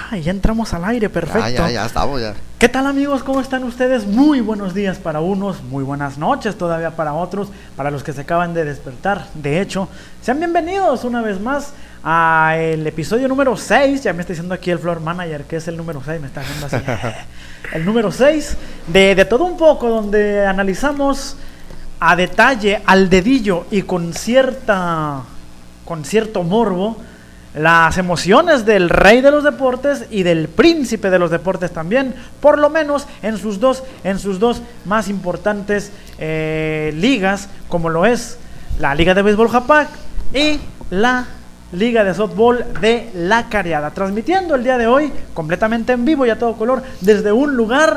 Ya entramos al aire, perfecto. Ya estamos ya. ¿Qué tal, amigos? ¿Cómo están ustedes? Muy buenos días para unos, muy buenas noches todavía para otros, para los que se acaban de despertar. De hecho, sean bienvenidos una vez más a el episodio número 6. Ya me está diciendo aquí el floor manager que es el número 6, me está haciendo así. El número 6 de todo un poco, donde analizamos a detalle, al dedillo y con cierto morbo las emociones del rey de los deportes y del príncipe de los deportes también, por lo menos en sus dos más importantes ligas, como lo es la Liga de Béisbol Japac y la Liga de Softball de La Cariada, transmitiendo el día de hoy completamente en vivo y a todo color desde un lugar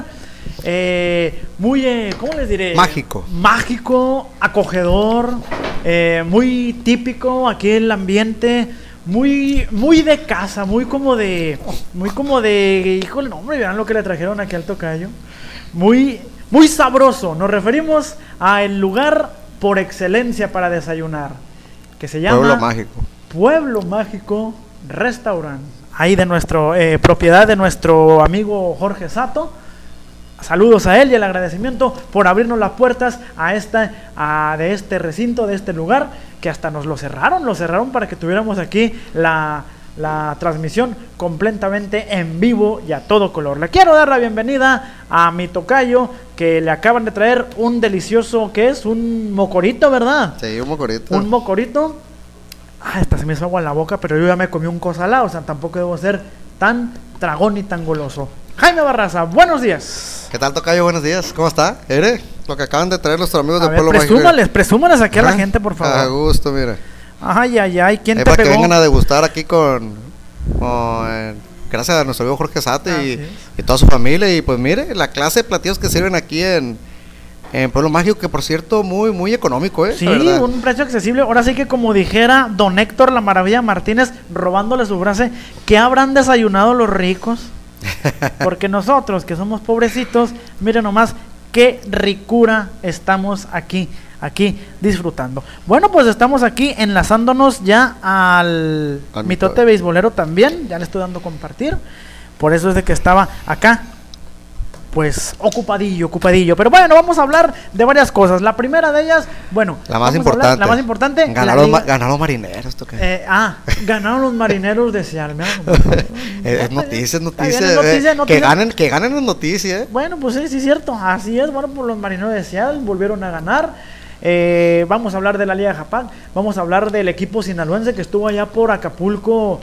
muy, ¿cómo les diré? Mágico, acogedor, muy típico, aquí el ambiente muy de casa, muy como de, híjole, no, hombre, vean lo que le trajeron aquí al tocayo, muy sabroso. Nos referimos al lugar por excelencia para desayunar, que se llama Pueblo Mágico Restaurant, ahí de nuestro propiedad de nuestro amigo Jorge Sato. Saludos a él y el agradecimiento por abrirnos las puertas de este recinto, de este lugar, que hasta nos lo cerraron para que tuviéramos aquí la transmisión completamente en vivo y a todo color. Le quiero dar la bienvenida a mi tocayo, que le acaban de traer un delicioso, ¿qué es? Un mocorito, ¿verdad? Sí, un mocorito. Un mocorito. Hasta se me hizo agua en la boca, pero yo ya me comí un cosalá, o sea, tampoco debo ser tan tragón y tan goloso. Jaime Barraza, buenos días. ¿Qué tal, tocayo? Buenos días. ¿Cómo está? Lo que acaban de traer nuestros amigos de Pueblo Mágico. Presúmales aquí a la gente, por favor. A gusto, mira. Ay, ¿quién te para pegó? Que vengan a degustar aquí gracias a nuestro amigo Jorge Sato y toda su familia. Y pues mire, la clase de platillos que sirven aquí en Pueblo Mágico, que por cierto, muy económico, Sí, un precio accesible. Ahora sí que, como dijera don Héctor La Maravilla Martínez, robándole su frase, ¿qué habrán desayunado los ricos? Porque nosotros, que somos pobrecitos, miren nomás qué ricura estamos aquí disfrutando. Bueno, pues estamos aquí enlazándonos ya al mitote beisbolero también. Ya le estoy dando compartir. Por eso es de que estaba acá, pues ocupadillo. Pero bueno, vamos a hablar de varias cosas. La primera de ellas, bueno, la más importante, ganaron los marineros. Ganaron los marineros de Seattle. Es noticia. Que ganen es noticia. Bueno, pues sí, es cierto, así es. Bueno, pues los marineros de Seattle volvieron a ganar. Vamos a hablar de la Liga de Japón. Vamos a hablar del equipo sinaloense que estuvo allá por Acapulco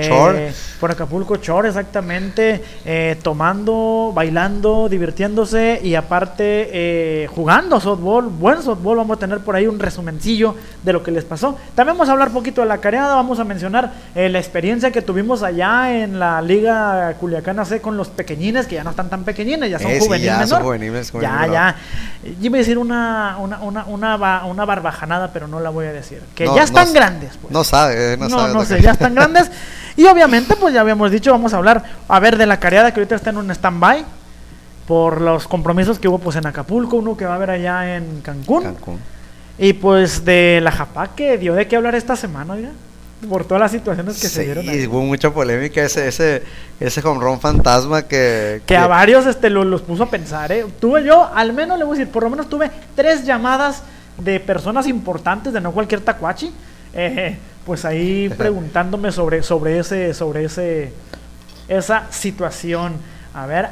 Shore, exactamente, tomando, bailando, divirtiéndose y aparte jugando softball, buen softball. Vamos a tener por ahí un resumencillo de lo que les pasó. También vamos a hablar poquito de La Cariada, vamos a mencionar la experiencia que tuvimos allá en la Liga Culiacana C con los pequeñines, que ya no están tan pequeñines, ya son juveniles menor. Son juveniles. Ya. Yo iba a decir una barbajanada, pero no la voy a decir. Que ya están grandes. Pues. No sé, ya están grandes. Y obviamente, pues ya habíamos dicho, vamos a hablar de La Cariada, que ahorita está en un stand-by por los compromisos que hubo pues en Acapulco, uno que va a haber allá en Cancún. Y pues de la Japac, que dio de qué hablar esta semana, oiga, por todas las situaciones que se dieron ahí. Sí, hubo mucha polémica ese home run fantasma que a varios los puso a pensar, Tuve yo, al menos le voy a decir, por lo menos tuve 3 llamadas de personas importantes, de no cualquier tacuachi, pues ahí preguntándome sobre esa situación. A ver,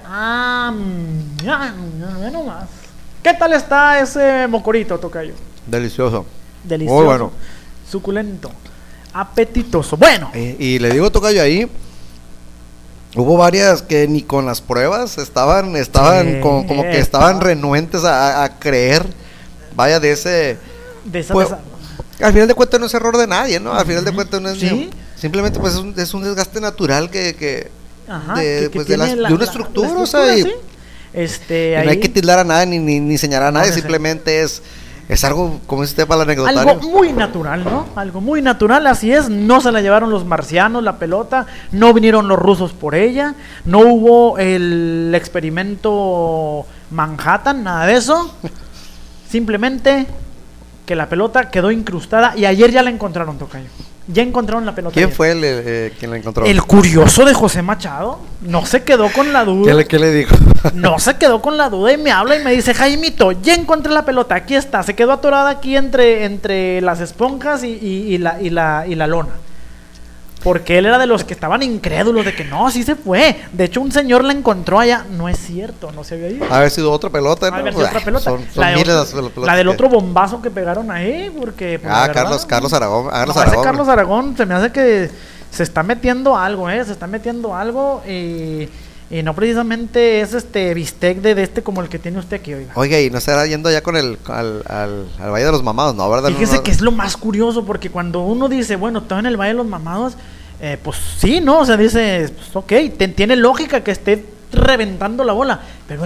nomás. ¿Qué tal está ese mocorito, tocayo? Delicioso. Muy bueno. Suculento. Apetitoso. Bueno. Y le digo, tocayo, ahí hubo varias que ni con las pruebas estaban como que estaban renuentes a creer, vaya, de esa al final de cuentas no es error de nadie, ¿no? Al final de cuentas no es simplemente pues es un desgaste natural de una estructura, o sea, y no hay que tildar a nadie ni señalar a nadie, simplemente es algo, como dice usted, para el anecdotario. Algo muy natural, ¿no? Algo muy natural, así es. No se la llevaron los marcianos, la pelota, no vinieron los rusos por ella, no hubo el experimento Manhattan, nada de eso. Simplemente que la pelota quedó incrustada y ayer ya la encontraron, tocayo. Ya encontraron la pelota. ¿Quién fue quien la encontró? El curioso de José Machado. No se quedó con la duda. ¿Qué le dijo? No se quedó con la duda y me habla y me dice: Jaimito, ya encontré la pelota, aquí está. Se quedó atorada aquí entre las esponjas y la lona. Porque él era de los que estaban incrédulos de que no, sí se fue. De hecho, un señor la encontró allá. No es cierto, no se había ido. Haber sido otra pelota, ¿no? Haber sido otra pelota. Son miles las pelotas. La del otro bombazo que pegaron ahí, porque... Pues, Carlos Aragón. Carlos Aragón se me hace que se está metiendo algo, Se está metiendo algo y no precisamente es bistec de este como el que tiene usted aquí, oiga. Oiga, y no estará yendo ya con al Valle de los Mamados, ¿no? ¿Verdad? Fíjese que es lo más curioso, porque cuando uno dice, bueno, estaba en el Valle de los Mamados, pues sí, ¿no? O sea, dice, pues ok, tiene lógica que esté reventando la bola, pero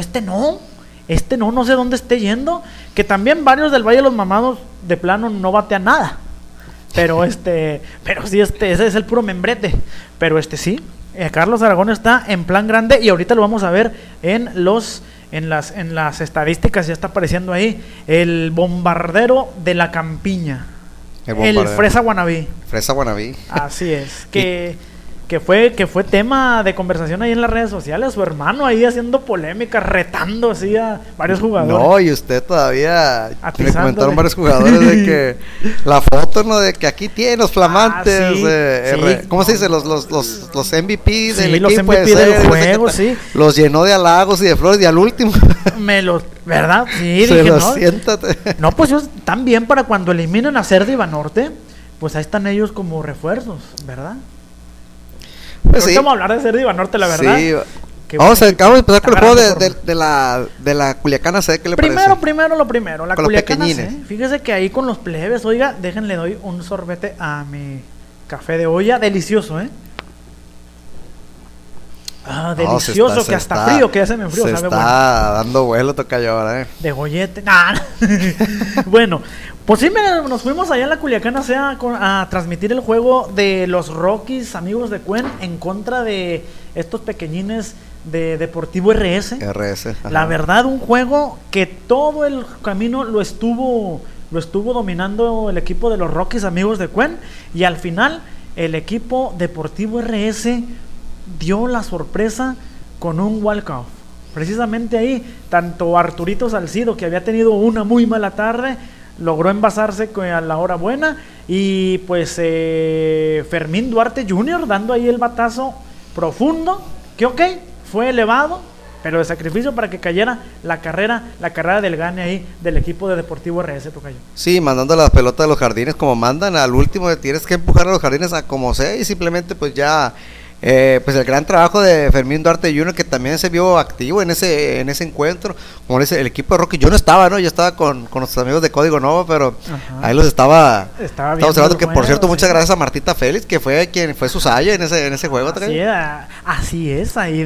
no sé dónde esté yendo, que también varios del Valle de los Mamados de plano no batean nada, pero sí, ese es el puro membrete, pero sí. Carlos Aragón está en plan grande y ahorita lo vamos a ver en las estadísticas, ya está apareciendo ahí el bombardero de la campiña, el Fresa Guanabí. Fresa Guanabí. Así es, que fue tema de conversación ahí en las redes sociales, su hermano ahí haciendo polémica, retando así a varios jugadores. No, y usted todavía me comentaron varios jugadores de que la foto, ¿no? De que aquí tiene los flamantes, ¿cómo se dice? Los MVP del equipo, los MVP del juego, sí. Los llenó de halagos y de flores y al último ¿verdad? Sí, se dije, siéntate. No, pues ellos también para cuando eliminen a Cerda y Banorte, pues ahí están ellos como refuerzos, ¿verdad? Pues sí. Vamos a hablar de Cerda y Banorte, la verdad. Sí. Vamos a empezar con el juego de la Culiacana C. ¿Qué le parece? Primero, la Culiacana C. Fíjese que ahí con los plebes, oiga, déjenle doy un sorbete a mi café de olla, delicioso, delicioso, que hasta frío, que ya se me enfrió, sabe está bueno. Dando vuelo, tocayo ahora, de gollete. Bueno, pues sí, nos fuimos allá en la Culiacana a transmitir el juego de los Rockies, amigos de Cuen, en contra de estos pequeñines de Deportivo RS. Ajá. La verdad, un juego que todo el camino lo estuvo dominando el equipo de los Rockies, amigos de Cuen, y al final el equipo Deportivo RS dio la sorpresa con un walk-off. Precisamente ahí, tanto Arturito Salcido, que había tenido una muy mala tarde, logró envasarse a la hora buena, y pues Fermín Duarte Jr. dando ahí el batazo profundo, que fue elevado, pero de sacrificio para que cayera la carrera del gane ahí del equipo de Deportivo RS, tocayo. Sí, mandando las pelotas de los jardines como mandan, al último tienes que empujar a los jardines a como sea, y simplemente pues ya... pues el gran trabajo de Fermín Duarte Jr., que también se vio activo en ese encuentro, como el equipo de Rocky. Yo no estaba, yo estaba con nuestros amigos de Código Nova, pero ahí los estaba observando, que por cierto, muchas gracias a Martita Félix, que fue quien fue su saya en ese juego. Así es, ahí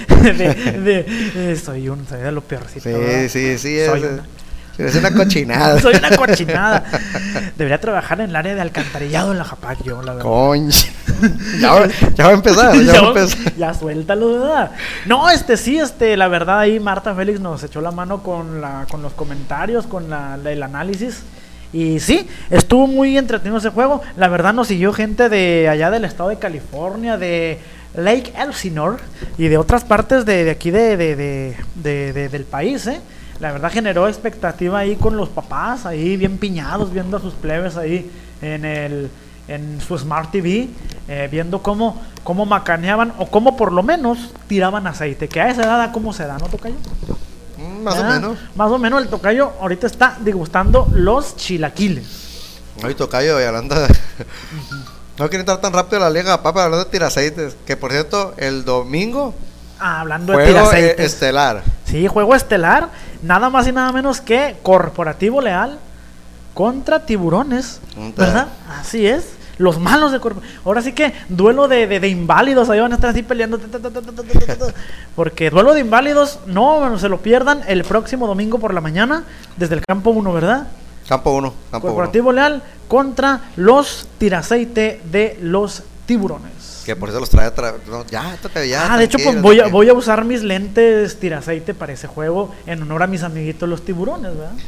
soy de lo peorcito. Sí, es una cochinada. Soy una cochinada. Debería trabajar en el área de alcantarillado en la Japac, yo, la verdad. Concha. Ya va a empezar. Ya suéltalo, ¿verdad? No, sí, la verdad ahí Marta Félix nos echó la mano con los comentarios, con el análisis. Y sí, estuvo muy entretenido ese juego. La verdad nos siguió gente de allá del estado de California, de Lake Elsinore y de otras partes de aquí del país, La verdad generó expectativa ahí con los papás, ahí bien piñados, viendo a sus plebes ahí en su Smart TV, viendo cómo macaneaban, o cómo por lo menos tiraban aceite, que a esa edad cómo se da, ¿no, tocayo? Más o menos. Más o menos el tocayo ahorita está degustando los chilaquiles. Ay, tocayo, y hablando de... No quiero entrar tan rápido a la liga, papá, hablando de tiraceites, que por cierto, el domingo... hablando de tiraceites. Juego estelar. Sí, juego estelar, nada más y nada menos que Corporativo Leal contra Tiburones, ¿verdad? Así es, los malos de Corporativo. Ahora sí que duelo de inválidos, ahí van a estar así peleando, porque duelo de inválidos, no se lo pierdan el próximo domingo por la mañana, desde el campo 1, ¿verdad? Campo 1. Corporativo Leal contra los tiraceite de los Tiburones. Que por eso los trae ya. De hecho, pues voy a usar mis lentes tiraceite para ese juego en honor a mis amiguitos los Tiburones, ¿verdad?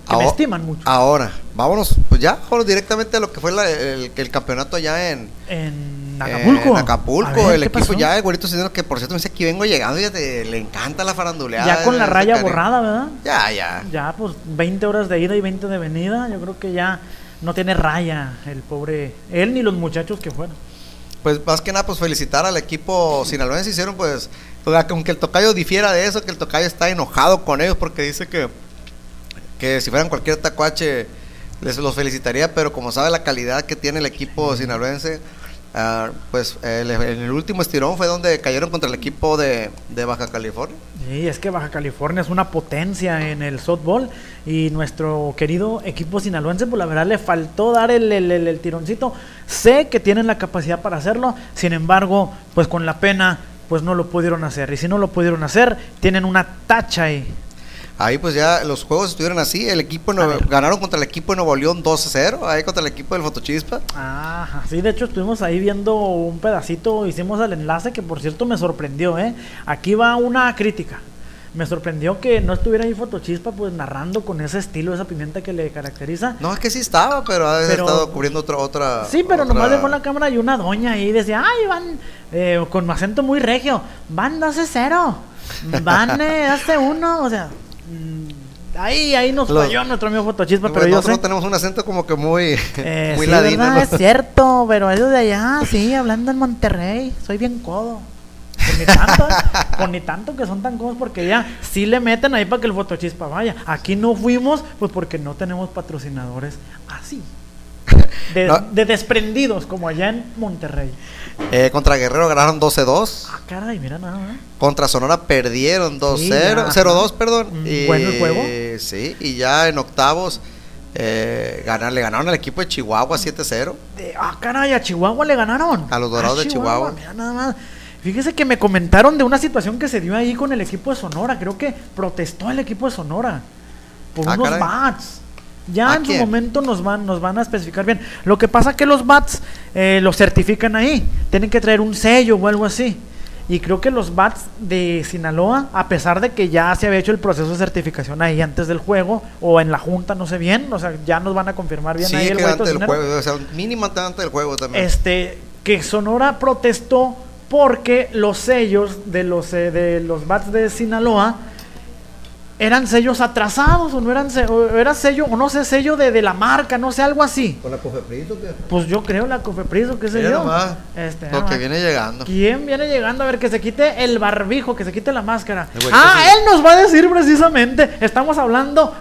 que me estiman mucho. Ahora, vámonos directamente a lo que fue el campeonato allá en Acapulco. En Acapulco, el equipo pasó? Ya, el Güerito Cisneros, que por cierto me dice aquí vengo llegando, le encanta la faranduleada. Ya con la raya borrada, ¿verdad? Ya. Ya, pues 20 horas de ida y 20 de venida, yo creo que ya no tiene raya el pobre, él ni los muchachos que fueron. Pues más que nada, pues felicitar al equipo sinaloense. Hicieron pues aunque el tocayo difiera de eso, que el tocayo está enojado con ellos porque dice que si fueran cualquier tacuache los felicitaría, pero como sabe la calidad que tiene el equipo sinaloense, pues en el último estirón fue donde cayeron contra el equipo de Baja California. Sí, es que Baja California es una potencia en el softball y nuestro querido equipo sinaloense, pues la verdad le faltó dar el tironcito. Sé que tienen la capacidad para hacerlo, sin embargo, pues con la pena, pues no lo pudieron hacer. Y si no lo pudieron hacer, tienen una tacha ahí. Ahí pues ya los juegos estuvieron así, ganaron contra el equipo de Nuevo León 2-0, ahí contra el equipo del Fotochispa. Sí, de hecho estuvimos ahí viendo un pedacito, hicimos el enlace que por cierto me sorprendió, Aquí va una crítica. Me sorprendió que no estuviera ahí Fotochispa pues narrando con ese estilo, esa pimienta que le caracteriza. No, es que sí estaba, pero ha estado cubriendo otra. Sí, pero nomás dejó la cámara y una doña ahí decía, ay, van, con acento muy regio, van 2-0, van hace 1, o sea... Ahí nos falló nuestro amigo Fotochispa, pero yo sé. Nosotros tenemos un acento como que muy sí, ladino, ¿verdad? ¿No? Es cierto, pero ellos de allá, sí, hablando en Monterrey, soy bien codo. Pues ni tanto que son tan codos, porque ya sí le meten ahí para que el Fotochispa vaya. Aquí no fuimos, pues porque no tenemos patrocinadores así. De desprendidos, como allá en Monterrey. Contra Guerrero ganaron 12-2. Caray, mira nada más. Contra Sonora perdieron 2-0, 0-2, perdón. Bueno el juego. Sí, y ya en octavos le ganaron al equipo de Chihuahua 7-0. Caray, a Chihuahua le ganaron. A los Dorados de Chihuahua. Mira nada más. Fíjese que me comentaron de una situación que se dio ahí con el equipo de Sonora. Creo que protestó el equipo de Sonora por unos bats. Ya en su momento nos van a especificar bien. Lo que pasa es que los bats los certifican ahí. Tienen que traer un sello o algo así. Y creo que los bats de Sinaloa, a pesar de que ya se había hecho el proceso de certificación ahí antes del juego, o en la junta, no sé bien, o sea, ya nos van a confirmar bien ahí el que antes del juego, o sea, mínimo antes del juego también. Que Sonora protestó porque los sellos de los bats de Sinaloa eran sellos atrasados, o no eran era sello, o no sé, sello de la marca, no sé, algo así. ¿Con la Cofepris o qué? Pues yo creo la Cofepris, o qué sé yo. Lo que viene llegando. ¿Quién viene llegando? A ver, que se quite el barbijo, que se quite la máscara. Él nos va a decir precisamente, estamos hablando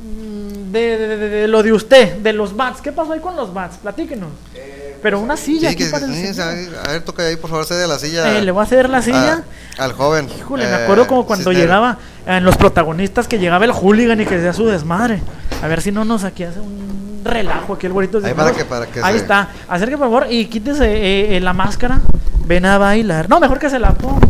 de lo de usted, de los bats. ¿Qué pasó ahí con los bats? Platíquenos. Pero una silla aquí para a ver, toca ahí, por favor, cede la silla. Le voy a ceder la silla al joven. Híjole, me acuerdo como cuando llegaba en los protagonistas, que llegaba el hooligan y que hacía su desmadre. A ver si no nos aquí hace un relajo aquí el Güerito. Ahí está. Acerque por favor y quítese la máscara. Ven a bailar. No, mejor que se la ponga.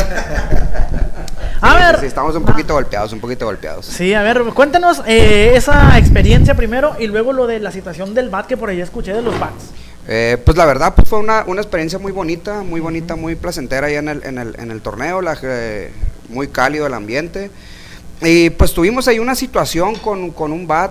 A ver. Sí, estamos un poquito golpeados. Sí, a ver, cuéntanos esa experiencia primero y luego lo de la situación del bat, que por ahí escuché de los bats. Pues la verdad, pues fue una experiencia muy bonita, muy placentera ahí en el torneo, muy cálido el ambiente. Y pues tuvimos ahí una situación con un bat,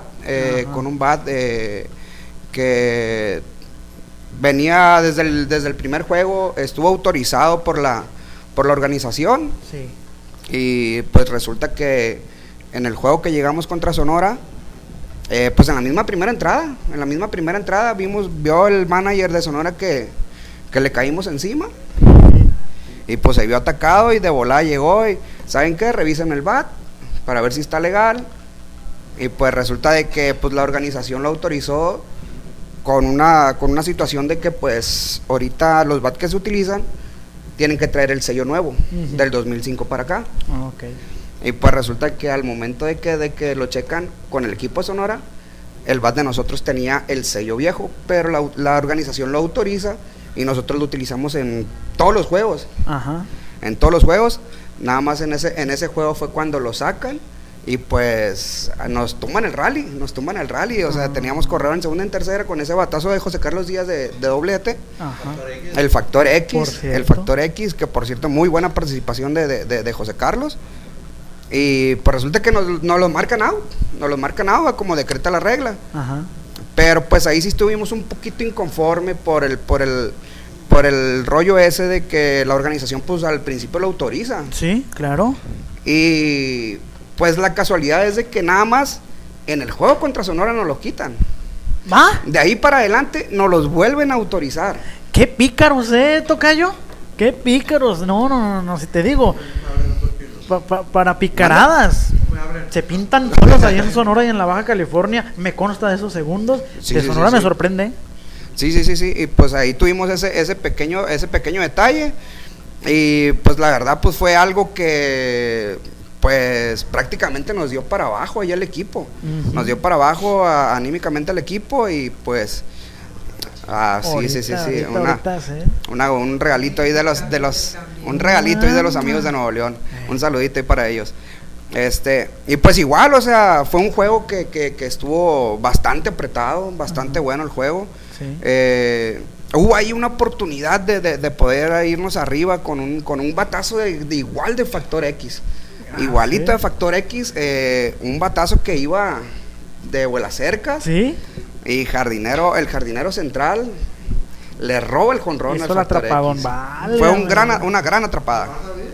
que venía desde el primer juego, estuvo autorizado por la Sí. organización. Y pues resulta que en el juego que llegamos contra Sonora, pues en la misma primera entrada vio el manager de Sonora que le caímos encima, y pues se vio atacado y de volada llegó y ¿saben qué? Revisen el bat para ver si está legal, y pues resulta de que pues la organización lo autorizó con una situación de que pues ahorita los bats que se utilizan tienen que traer el sello nuevo del 2005 para acá. Y pues resulta que al momento de que lo checan con el equipo de Sonora, el bat de nosotros tenía el sello viejo, pero la organización lo autoriza y nosotros lo utilizamos en todos los juegos. En todos los juegos, nada más en ese juego fue cuando lo sacan y pues nos tumban el rally, o sea, teníamos correo en segunda y en tercera con ese batazo de José Carlos Díaz de doblete. El factor X, que por cierto muy buena participación de José Carlos. Y pues resulta que nos los marcan out, como decreta la regla. Ajá. Pero pues ahí sí estuvimos un poquito inconforme por el rollo ese de que la organización pues al principio lo autoriza. Sí, claro. Y pues la casualidad es de que nada más en el juego contra Sonora nos lo quitan. ¿Va? De ahí para adelante nos los vuelven a autorizar. Qué pícaros, tocayo. Qué pícaros. No, si te digo. Para picaradas. Se pintan solos ahí en Sonora y en la Baja California. Me consta de esos segundos. Sí, de sí, Sonora sí, me sí. sorprende. Sí. Y pues ahí tuvimos ese pequeño detalle. Y pues la verdad pues fue algo que pues prácticamente nos dio para abajo ahí el equipo. Uh-huh. Nos dio para abajo anímicamente al equipo y pues un regalito ahí de los amigos de Nuevo León. Un saludito ahí para ellos. Y pues igual, o sea, fue un juego que estuvo bastante apretado, bastante bueno el juego. Sí. Hubo ahí una oportunidad de poder irnos arriba con un batazo de igual de factor X. Igualito de factor X, un batazo que iba de vuela cerca. Sí. Y el jardinero central le roba el jonrón al factor X. Vale, fue una gran atrapada.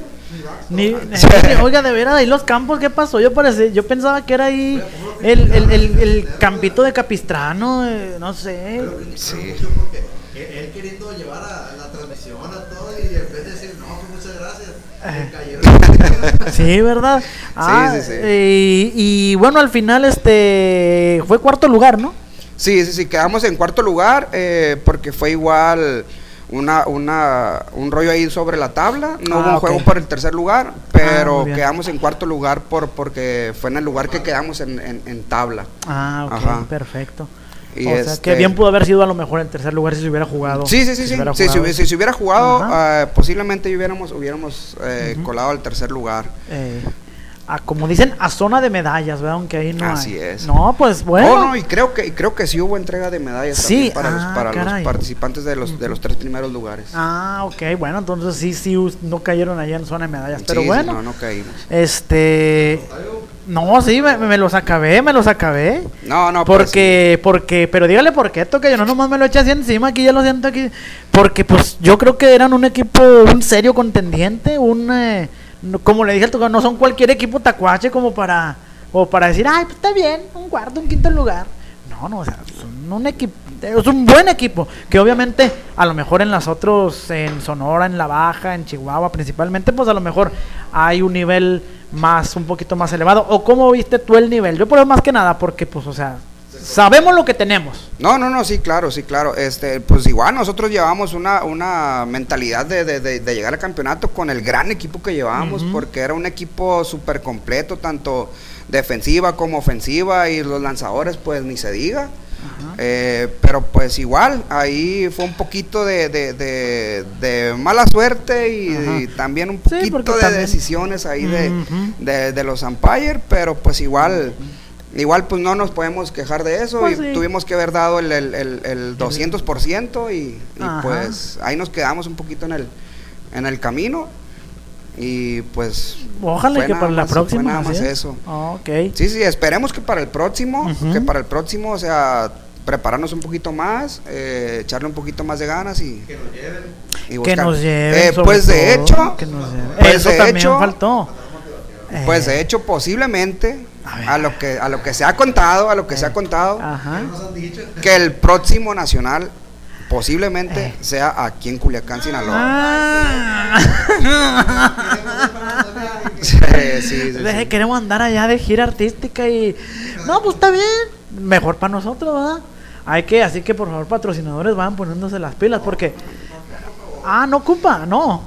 Oiga, de veras, ahí los campos, ¿qué pasó? Yo pensaba que era ahí el campito de Capistrano, no sé. Sí. Él queriendo llevar a la transmisión a todo y en vez de decir, no, muchas gracias, sí, ¿verdad? Sí. Y bueno, al final fue cuarto lugar, ¿no? Sí, quedamos en cuarto lugar porque fue igual un rollo ahí sobre la tabla. No hubo un juego por el tercer lugar, pero quedamos en cuarto lugar porque fue en el lugar que quedamos en tabla. Ok, ajá. Y Perfecto. O sea, que bien pudo haber sido a lo mejor el tercer lugar si se hubiera jugado. Sí. Si se hubiera jugado, posiblemente hubiéramos colado al tercer lugar. Como dicen, a zona de medallas, ¿verdad? Aunque ahí no Así hay. es. No, pues bueno. Y creo que sí hubo entrega de medallas sí, también para los participantes de los tres primeros lugares. Ok, bueno, entonces sí no cayeron allá en zona de medallas, pero sí, bueno. No caímos. No, sí, me los acabé. No, pero dígale por qué, que yo no nomás me lo eché así encima, aquí ya lo siento aquí. Porque pues yo creo que eran un equipo, un serio contendiente, como le dije al Tocayo, no son cualquier equipo tacuache como para decir, ay, pues está bien, un cuarto, un quinto lugar. No, o sea, son un equipo, es un buen equipo, que obviamente a lo mejor en en Sonora, en La Baja, en Chihuahua principalmente, pues a lo mejor hay un nivel un poquito más elevado. ¿O cómo viste tú el nivel? Yo por eso más que nada, porque pues, o sea, sabemos lo que tenemos. No, sí, claro. Pues igual nosotros llevamos una mentalidad de llegar al campeonato con el gran equipo que llevábamos, porque era un equipo súper completo, tanto defensiva como ofensiva, y los lanzadores pues ni se diga. Pero pues igual ahí fue un poquito de mala suerte y también un poquito de decisiones ahí de los umpires, pero pues igual pues no nos podemos quejar de eso, pues y tuvimos que haber dado el 200% y pues ahí nos quedamos un poquito en el camino. Y pues ojalá que para la próxima nada más eso. Okay. Sí, esperemos que para el próximo, o sea, prepararnos un poquito más, echarle un poquito más de ganas y que nos lleven. Pues de hecho, eso también faltó. Pues de hecho posiblemente a lo que se ha contado, que el próximo nacional posiblemente sea aquí en Culiacán, Sinaloa. Sí. Queremos andar allá de gira artística y no, pues está bien, mejor para nosotros, ¿verdad? Así que por favor, patrocinadores, vayan poniéndose las pilas porque no ocupa. No,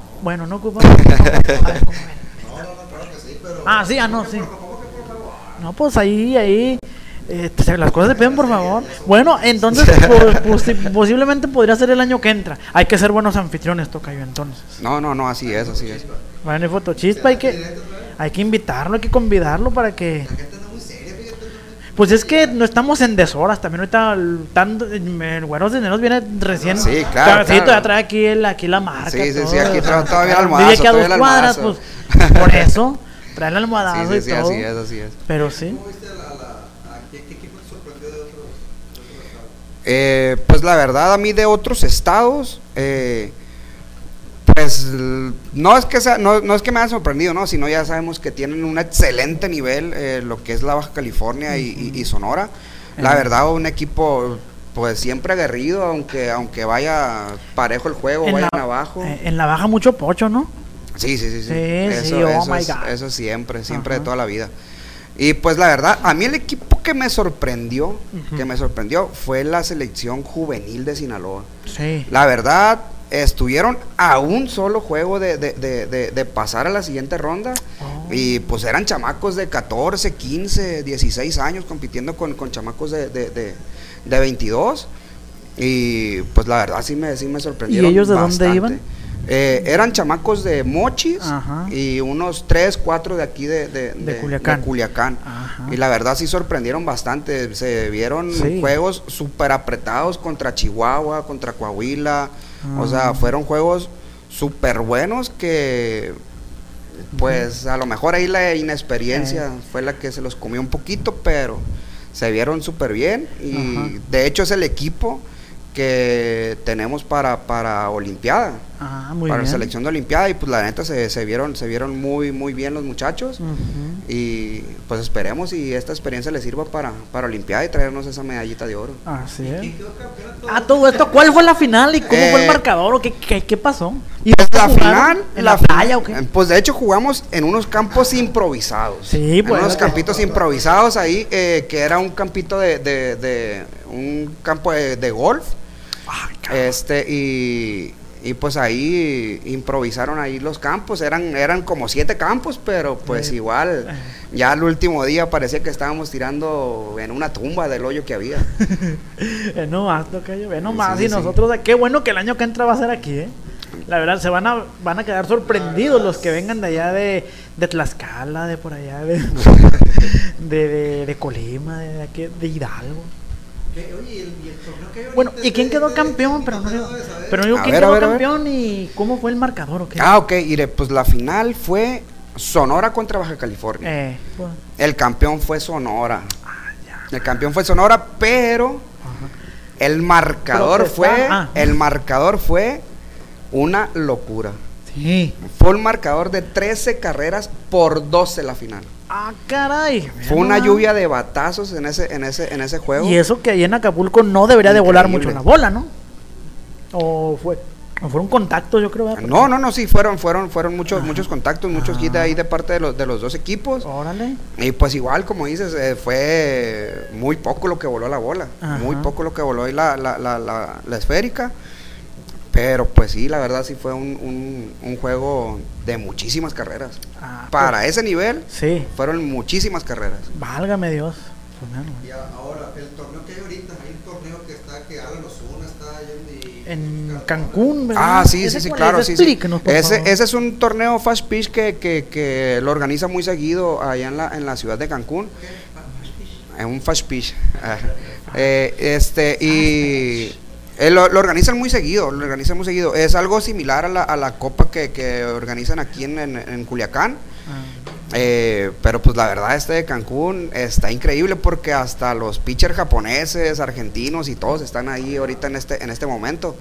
pues ahí las cosas se piden, por favor. Bueno, entonces posiblemente podría ser el año que entra. Hay que ser buenos anfitriones, Tocayo, entonces. No, así es. Bueno, y Fotochispa hay que invitarlo, hay que convidarlo para que... Pues es que no estamos en deshoras, también ahorita el Güeros de Neros viene recién. Sí, claro. Sí, todavía trae aquí la marca. Sí, aquí todavía el almohazo. Vive aquí a 2 cuadras, pues, por eso. trae el almohadazo y todo. Así es. Pero sí. ¿Cómo viste qué equipo te sorprendió de otros estados? Pues la verdad, a mí de otros estados, pues no es que me hayan sorprendido, ¿no? Sino ya sabemos que tienen un excelente nivel, lo que es la Baja California y Sonora. La verdad, un equipo pues siempre aguerrido, aunque vaya parejo el juego, vayan abajo. En la Baja mucho pocho, ¿no? Sí. Eso siempre de toda la vida. Y pues la verdad, a mí el equipo que me sorprendió, fue la selección juvenil de Sinaloa. Sí. La verdad, estuvieron a un solo juego de pasar a la siguiente ronda. Y pues eran chamacos de 14, 15, 16 años compitiendo con chamacos de 22. Y pues la verdad sí me sorprendieron. ¿Y ellos de bastante. dónde iban? Eran chamacos de Mochis. Ajá. Y unos 3, 4 de aquí de Culiacán. Ajá. Y la verdad sí sorprendieron bastante. Se vieron juegos súper apretados contra Chihuahua, contra Coahuila. O sea, fueron juegos súper buenos que pues a lo mejor ahí la inexperiencia fue la que se los comió un poquito, pero se vieron súper bien. Y de hecho es el equipo que tenemos para Olimpiada, para la selección de Olimpiada. Y pues la neta se vieron muy bien los muchachos. Y pues esperemos y esta experiencia les sirva para Olimpiada y traernos esa medallita de oro. Así es. Todo esto, ¿cuál fue la final y cómo fue el marcador o qué pasó? ¿Y pues la final en la playa o qué? Pues de hecho jugamos en unos campos improvisados. Sí, pues. En unos campitos improvisados ahí, que era un campito un campo de golf. Y pues ahí improvisaron ahí los campos, eran como 7 campos, pero pues igual ya el último día parecía que estábamos tirando en una tumba del hoyo que había. No más, y nosotros, qué bueno que el año que entra va a ser aquí, La verdad, se van a quedar sorprendidos los que vengan de allá de Tlaxcala, de por allá de Colima, de aquí, de Hidalgo. Oye, ¿y el torneo que hay ahorita? Bueno, ¿y quién quedó campeón? Pero no digo quién quedó campeón y cómo fue el marcador, ¿o qué? Ok, mire, pues la final fue Sonora contra Baja California. Pues. El campeón fue Sonora. El campeón fue Sonora, pero el marcador fue una locura. Sí. Fue un marcador de 13 carreras por 12 la final. Caray. Fue una lluvia de batazos en ese juego. Y eso que ahí en Acapulco no debería de volar mucho la bola, ¿no? O fueron contactos, yo creo. No, sí, fueron muchos contactos, muchos hits ahí de parte de los dos equipos. Órale. Y pues igual, como dices, fue muy poco lo que voló la bola. Muy poco lo que voló ahí la esférica. Pero pues sí, la verdad sí fue un juego de muchísimas carreras. Para ese nivel, fueron muchísimas carreras. Válgame Dios. Y ahora, el torneo que hay ahorita, hay un torneo que Alan Osuna está allá en Cancún, ¿verdad? Sí, claro. Ese es un torneo Fast Pitch que lo organiza muy seguido allá en la ciudad de Cancún. Es un Fast Pitch. Lo organizan muy seguido, Es algo similar a la copa que organizan aquí en Culiacán. Pero pues la verdad de Cancún está increíble porque hasta los pitchers japoneses, argentinos y todos están ahí ahorita en este momento.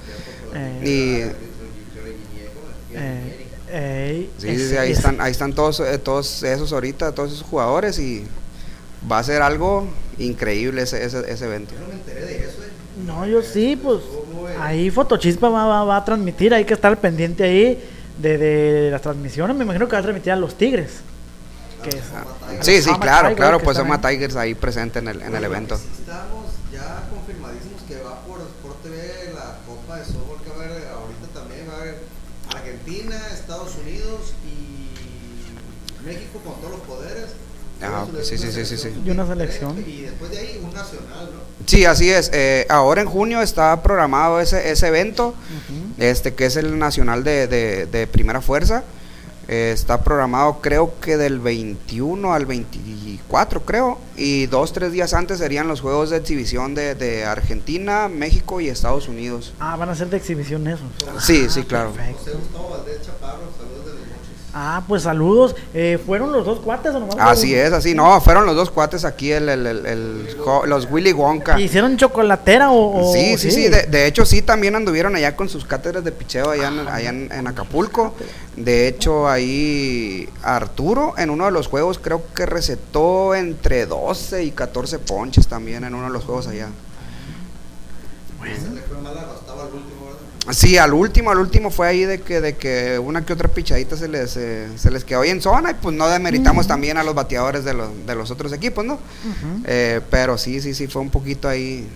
Ahí están todos esos ahorita, todos esos jugadores, y va a ser algo increíble ese evento. Yo no me enteré de eso. No, yo sí, pues ahí Fotochispa va a transmitir, hay que estar pendiente ahí de las transmisiones. Me imagino que va a transmitir a los Tigres. Sí, claro, pues Ama Tigers ahí presente en el evento. Estamos ya confirmadísimos que va por TV la Copa de Softball que va a haber ahorita también. Va a haber Argentina, Estados Unidos y México con todos los poderes. Sí. Y una selección. Y después de ahí un nacional, ¿no? Sí, así es. Ahora en junio está programado ese evento, que es el nacional de primera fuerza. Está programado creo que del 21 al 24 creo, y 2-3 días antes serían los juegos de exhibición de Argentina, México y Estados Unidos. Van a ser de exhibición esos. Sí, claro. Perfecto. José Gustavo Valdés Chaparro, saludos de los Mochis. Ah, pues saludos. ¿Fueron los dos cuates o nomás? Así es, así. No, fueron los dos cuates aquí, los Willy Wonka. ¿Hicieron chocolatera o...? Sí. De hecho, sí, también anduvieron allá con sus cátedras de picheo allá en Acapulco. De hecho, ahí Arturo, en uno de los juegos, creo que recetó entre 12 y 14 ponches también en uno de los juegos allá. Bueno. Se le fue mal la rostaba al último, ¿verdad? Sí, al último fue ahí de que una que otra pichadita se les quedó ahí en zona y pues no demeritamos también a los bateadores de los otros equipos, ¿no? Pero sí, fue un poquito ahí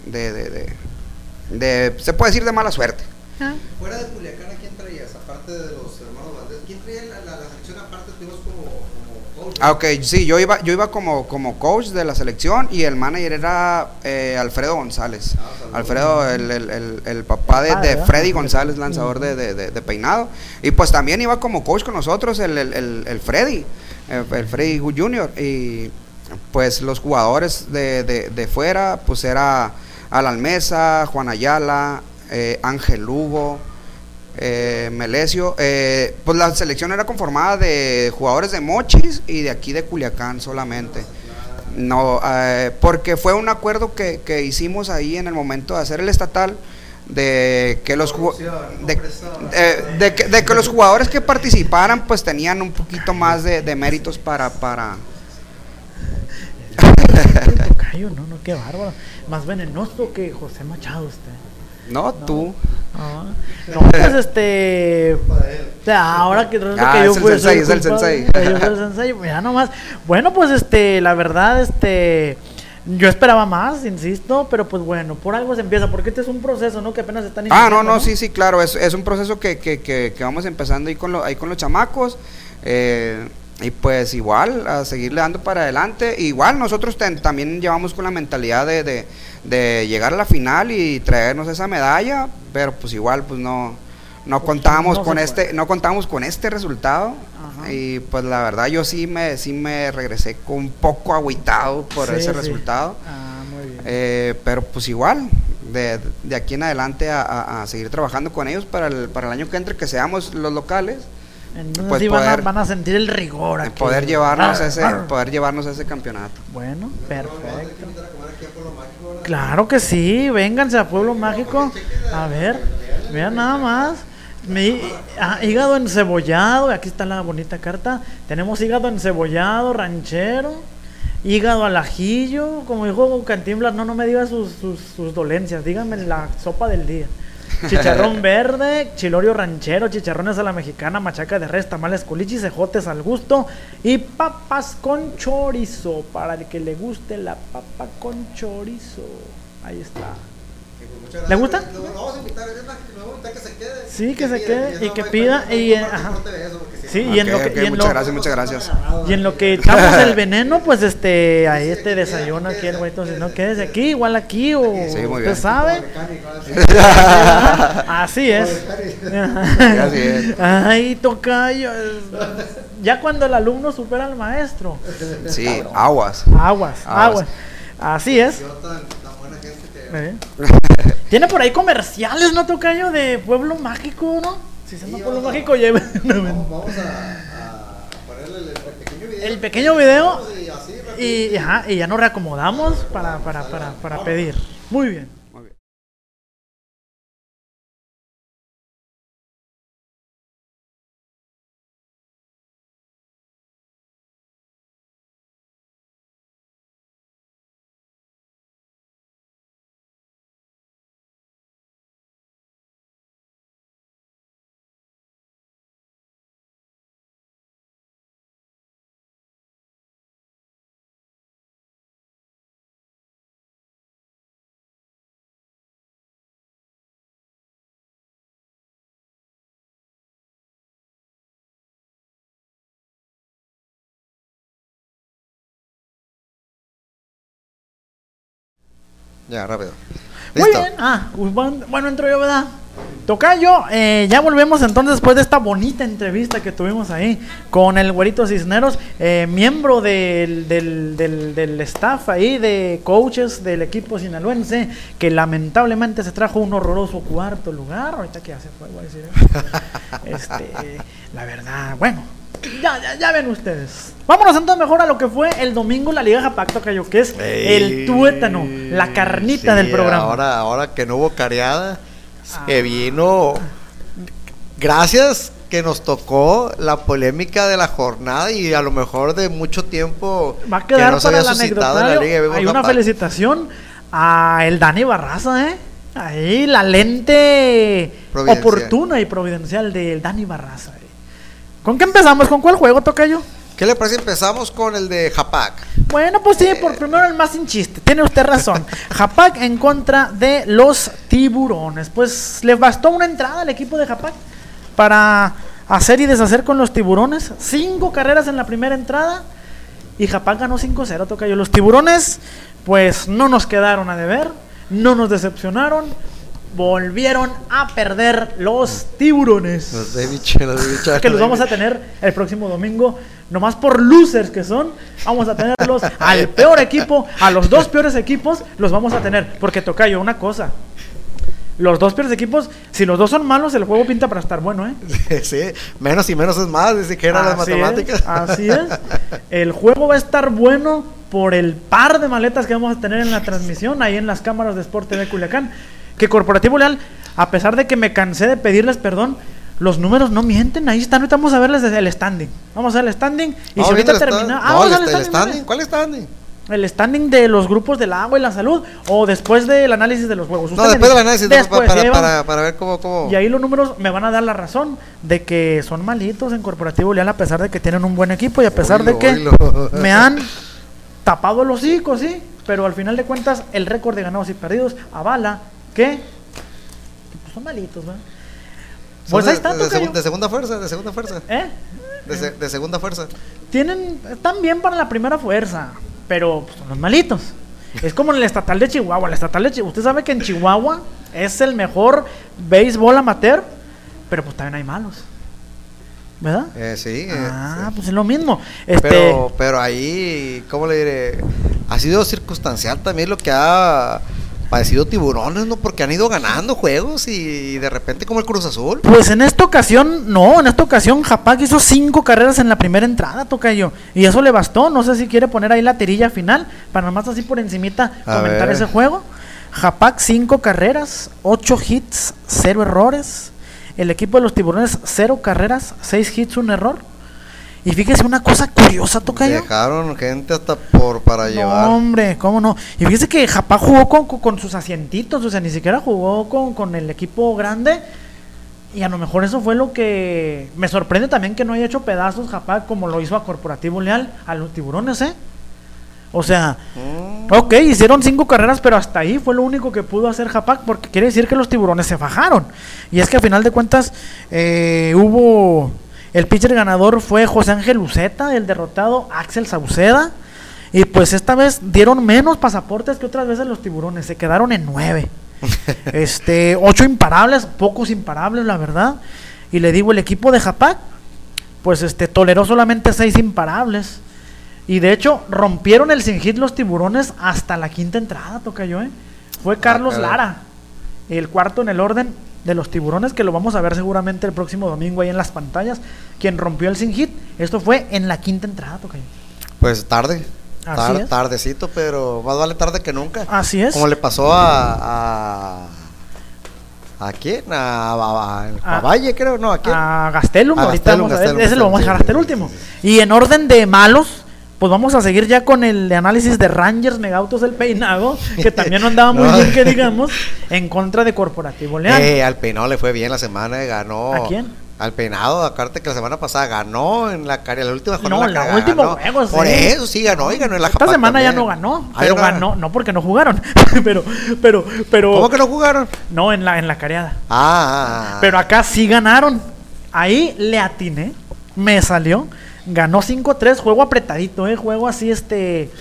se puede decir de mala suerte. Fuera de Culiacán, ¿a quién traías? Aparte de los hermanos Valdés, ¿quién traía la selección aparte? Tuvimos como coach. Ah, ok, sí, yo iba como coach de la selección y el manager era Alfredo González. Alfredo, el papá de Freddy González, lanzador de peinado. Y pues también iba como coach con nosotros el Freddy, el Freddy Junior. Y pues los jugadores de fuera, pues era Alan Mesa, Juan Ayala, Ángel Lugo, Melesio. Pues la selección era conformada de jugadores de Mochis y de aquí de Culiacán solamente. No, porque fue un acuerdo que hicimos ahí en el momento de hacer el estatal, de que los de que los jugadores que participaran pues tenían un poquito más de méritos para No, qué bárbaro. Más venenoso que José Machado usted. No, tú. No, pues ahora que yo fui el sensei. El sensei, ya nomás. Bueno, pues la verdad, yo esperaba más, insisto, pero pues bueno, por algo se empieza, porque este es un proceso, ¿no? Que apenas están iniciando. No, sí, claro, es un proceso que vamos empezando ahí con los chamacos. Y pues igual, a seguirle dando para adelante. Igual nosotros también llevamos con la mentalidad de llegar a la final y traernos esa medalla, pero pues igual pues no contábamos con este resultado. Ajá. Y pues la verdad yo sí me regresé con un poco agüitado por ese resultado. Muy bien. Pero pues igual de aquí en adelante a seguir trabajando con ellos para el año que entre, que seamos los locales. Entonces pues sí van a sentir el rigor aquí. Poder llevarnos ese campeonato. Bueno, perfecto. Claro que sí, vénganse a Pueblo Mágico. A ver, vean nada más. Hígado encebollado, aquí está la bonita carta. Tenemos hígado encebollado, ranchero, hígado al ajillo. Como dijo Cantinflas, no me diga sus dolencias, díganme la sopa del día. Chicharrón verde, chilorio ranchero, chicharrones a la mexicana, machaca de res, tamales culichis, ejotes al gusto y papas con chorizo, para el que le guste la papa con chorizo. Ahí está. ¿Le gusta? Vamos a invitar, que se quede. Sí, que se quede y que pida. Sí, y en lo que muchas gracias. Y en lo que echamos el veneno, pues ahí desayuno aquí el güey. Entonces, no quédese aquí, igual aquí, o sí, muy usted bien. sabe. Así es. Así es. Ay, tocayo. Ya cuando el alumno supera al maestro. Sí, aguas. Así es. Tiene por ahí comerciales, ¿no, tocayo? De Pueblo Mágico, ¿no? Si se llama Pueblo Mágico, lleve. Vamos a ponerle el pequeño video. Y ya nos reacomodamos para pedir. Muy bien. Ya, rápido. Muy bien. Bueno, entro yo, ¿verdad? Tocayo, ya volvemos entonces después de esta bonita entrevista que tuvimos ahí con el Güerito Cisneros, miembro del staff ahí, de coaches del equipo sinaloense, que lamentablemente se trajo un horroroso cuarto lugar. Ahorita que ya se fue, voy a decir. La verdad, bueno, ya ven ustedes. Vámonos entonces mejor a lo que fue el domingo la Liga Japac, Tocayo, que es el tuétano, la carnita del programa. Ahora que no hubo careada, que vino, gracias que nos tocó la polémica de la jornada y a lo mejor de mucho tiempo va a quedar que no se había suscitado en la Liga. Hay una felicitación a el Dani Barraza, ahí la lente oportuna y providencial del Dani Barraza. ¿Con qué empezamos? ¿Con cuál juego, Tocayo? ¿Qué le parece? Empezamos con el de Japac. Bueno, pues sí, por primero el más sin chiste. Tiene usted razón. Japac en contra de los Tiburones. Pues le bastó una entrada al equipo de Japac para hacer y deshacer con los Tiburones. 5 carreras en la primera entrada y Japac ganó 5-0, Tocayo. Los Tiburones, pues no nos quedaron a deber, no nos decepcionaron. Volvieron a perder los Tiburones. Los de bicha. Que los vamos a tener el próximo domingo. Nomás por losers que son, vamos a tenerlos al peor equipo, a los 2 peores equipos, los vamos a tener. Porque, Tocayo, una cosa, los 2 peores equipos, si los 2 son malos, el juego pinta para estar bueno, Sí, menos y menos es más, desde que eran las matemáticas. Así es. El juego va a estar bueno por el par de maletas que vamos a tener en la transmisión, ahí en las cámaras de Sport TV Culiacán. Que Corporativo Leal, a pesar de que me cansé de pedirles perdón, los números no mienten, ahí están. Ahorita vamos a verles desde el standing. Vamos a ver el standing y si ahorita termina. El standing. ¿Cuál standing? El standing de los grupos del agua y la salud, o después del análisis de los juegos. No, después del análisis, para ver cómo. Y ahí los números me van a dar la razón de que son malitos en Corporativo Leal, a pesar de que tienen un buen equipo y a pesar de que me han tapado el hocico, sí. Pero al final de cuentas, el récord de ganados y perdidos avala que pues son malitos, ¿verdad? Pues ahí está, de segunda fuerza. De segunda fuerza. Están bien para la primera fuerza, pero pues, son los malitos. Es como en el estatal de Chihuahua. Usted sabe que en Chihuahua es el mejor béisbol amateur, pero pues también hay malos, ¿verdad? Sí. Pues es lo mismo. Pero ahí, ¿cómo le diré? Ha sido circunstancial también lo que ha padecido Tiburones, ¿no? Porque han ido ganando juegos y de repente como el Cruz Azul. Pues en esta ocasión Japac hizo 5 carreras en la primera entrada, Tocayo, y eso le bastó. No sé si quiere poner ahí la tirilla final para nomás así por encimita comentar ese juego. Japac 5 carreras, 8 hits, 0 errores. El equipo de los Tiburones 0 carreras, 6 hits, 1 error. Y fíjese una cosa curiosa, Tocayo. Dejaron gente hasta para llevar. No, hombre, ¿cómo no? Y fíjese que Japac jugó con sus asientitos, o sea, ni siquiera jugó con el equipo grande. Y a lo mejor eso fue lo que me sorprende también, que no haya hecho pedazos Japac como lo hizo a Corporativo Leal, a los Tiburones, O sea, ok, hicieron 5 carreras, pero hasta ahí fue lo único que pudo hacer Japac, porque quiere decir que los Tiburones se fajaron. Y es que a final de cuentas hubo... El pitcher ganador fue José Ángel Uceta, el derrotado Axel Sauceda. Y pues esta vez dieron menos pasaportes que otras veces los Tiburones. Se quedaron en 9. 8 imparables, pocos imparables, la verdad. Y le digo, el equipo de Japac, pues toleró solamente 6 imparables. Y de hecho, rompieron el sin hit los Tiburones hasta la 5ª entrada, Tocayo, Fue Carlos Lara, el cuarto en el orden de los Tiburones, que lo vamos a ver seguramente el próximo domingo ahí en las pantallas, quien rompió el sin hit. Esto fue en la 5ª entrada, Tocayo. Pues tardecito, pero más vale tarde que nunca. Así es. Como le pasó ¿a quién? A Valle, creo, ¿no? ¿A quién? A Gastelum, ahorita vamos a ver, ese lo vamos a dejar hasta el último. Y en orden de malos, pues vamos a seguir ya con el de análisis de Rangers Megautos del Peinado, que también no andaba muy bien, que digamos, en contra de Corporativo Leal. Al Peinado le fue bien la semana, ganó. ¿A quién? Al Peinado, aparte que la semana pasada ganó en la última jornada. No, la última juego, sí. Por eso sí ganó y ganó en la Esta semana también. Ya no ganó, pero ganó, no porque no jugaron. pero ¿Cómo que no jugaron? No, en la careada. Pero acá sí ganaron. Ahí le atiné, me salió. Ganó 5-3, juego apretadito, juego así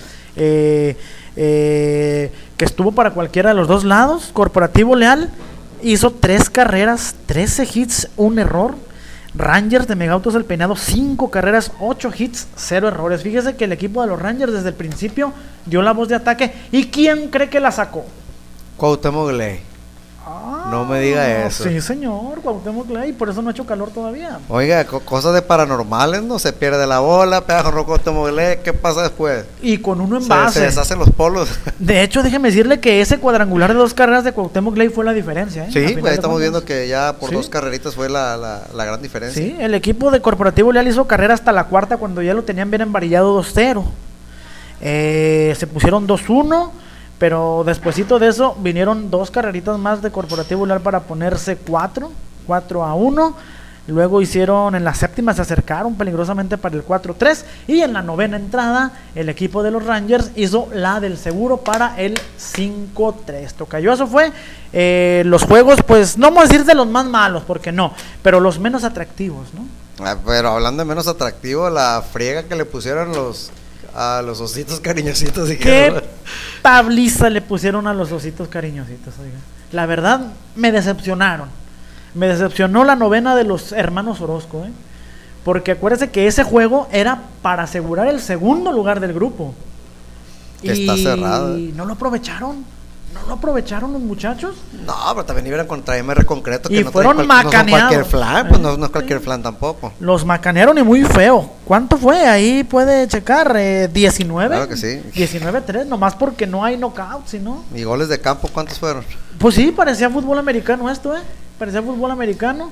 que estuvo para cualquiera de los dos lados. Corporativo Leal hizo 3 carreras, 13 hits, 1 error. Rangers de Megautos El Peinado, 5 carreras, 8 hits, 0 errores. Fíjese que el equipo de los Rangers desde el principio dio la voz de ataque. ¿Y quién cree que la sacó? Cuauhtémoc Gley. No me diga eso. Sí, señor, Cuauhtémoc Gley, por eso no ha hecho calor todavía. Oiga, cosas de paranormales, ¿no? Se pierde la bola, pega con Cuauhtémoc Gley, ¿qué pasa después? Y con uno en base. Se deshacen los polos. De hecho, déjeme decirle que ese cuadrangular de 2 carreras de Cuauhtémoc Gley fue la diferencia, ¿eh? Sí, pues estamos viendo que ya por 2 carreritas fue la gran diferencia. Sí, el equipo de Corporativo Leal hizo carrera hasta la 4ª cuando ya lo tenían bien embarillado 2-0. Se pusieron 2-1. Pero despuesito de eso vinieron 2 carreritas más de Corporativo Leal para ponerse 4-1. Luego hicieron, en la 7ª se acercaron peligrosamente para el 4-3. Y en la 9ª entrada, el equipo de los Rangers hizo la del seguro para el 5-3. Tocayo, eso fue los juegos, pues no vamos a decir de los más malos, porque no, pero los menos atractivos, ¿no? Pero hablando de menos atractivo, la friega que le pusieron a los ositos cariñositos. ¿Qué tabliza le pusieron a los ositos cariñositos? Oiga. La verdad, me decepcionaron. Me decepcionó la 9ª de los hermanos Orozco, porque acuérdese que ese juego era para asegurar el 2º lugar del grupo. Está cerrado. Y no lo aprovecharon. ¿No lo aprovecharon los muchachos? No, pero también iban contra MR Concreto. Que y no fueron macaneados. No son cualquier flan, pues no es cualquier flan tampoco. Los macanearon y muy feo. ¿Cuánto fue? Ahí puede checar. 19. Claro que sí. 19-3, nomás porque no hay knockouts, ¿no? ¿Y goles de campo cuántos fueron? Pues sí, parecía fútbol americano esto, parecía fútbol americano.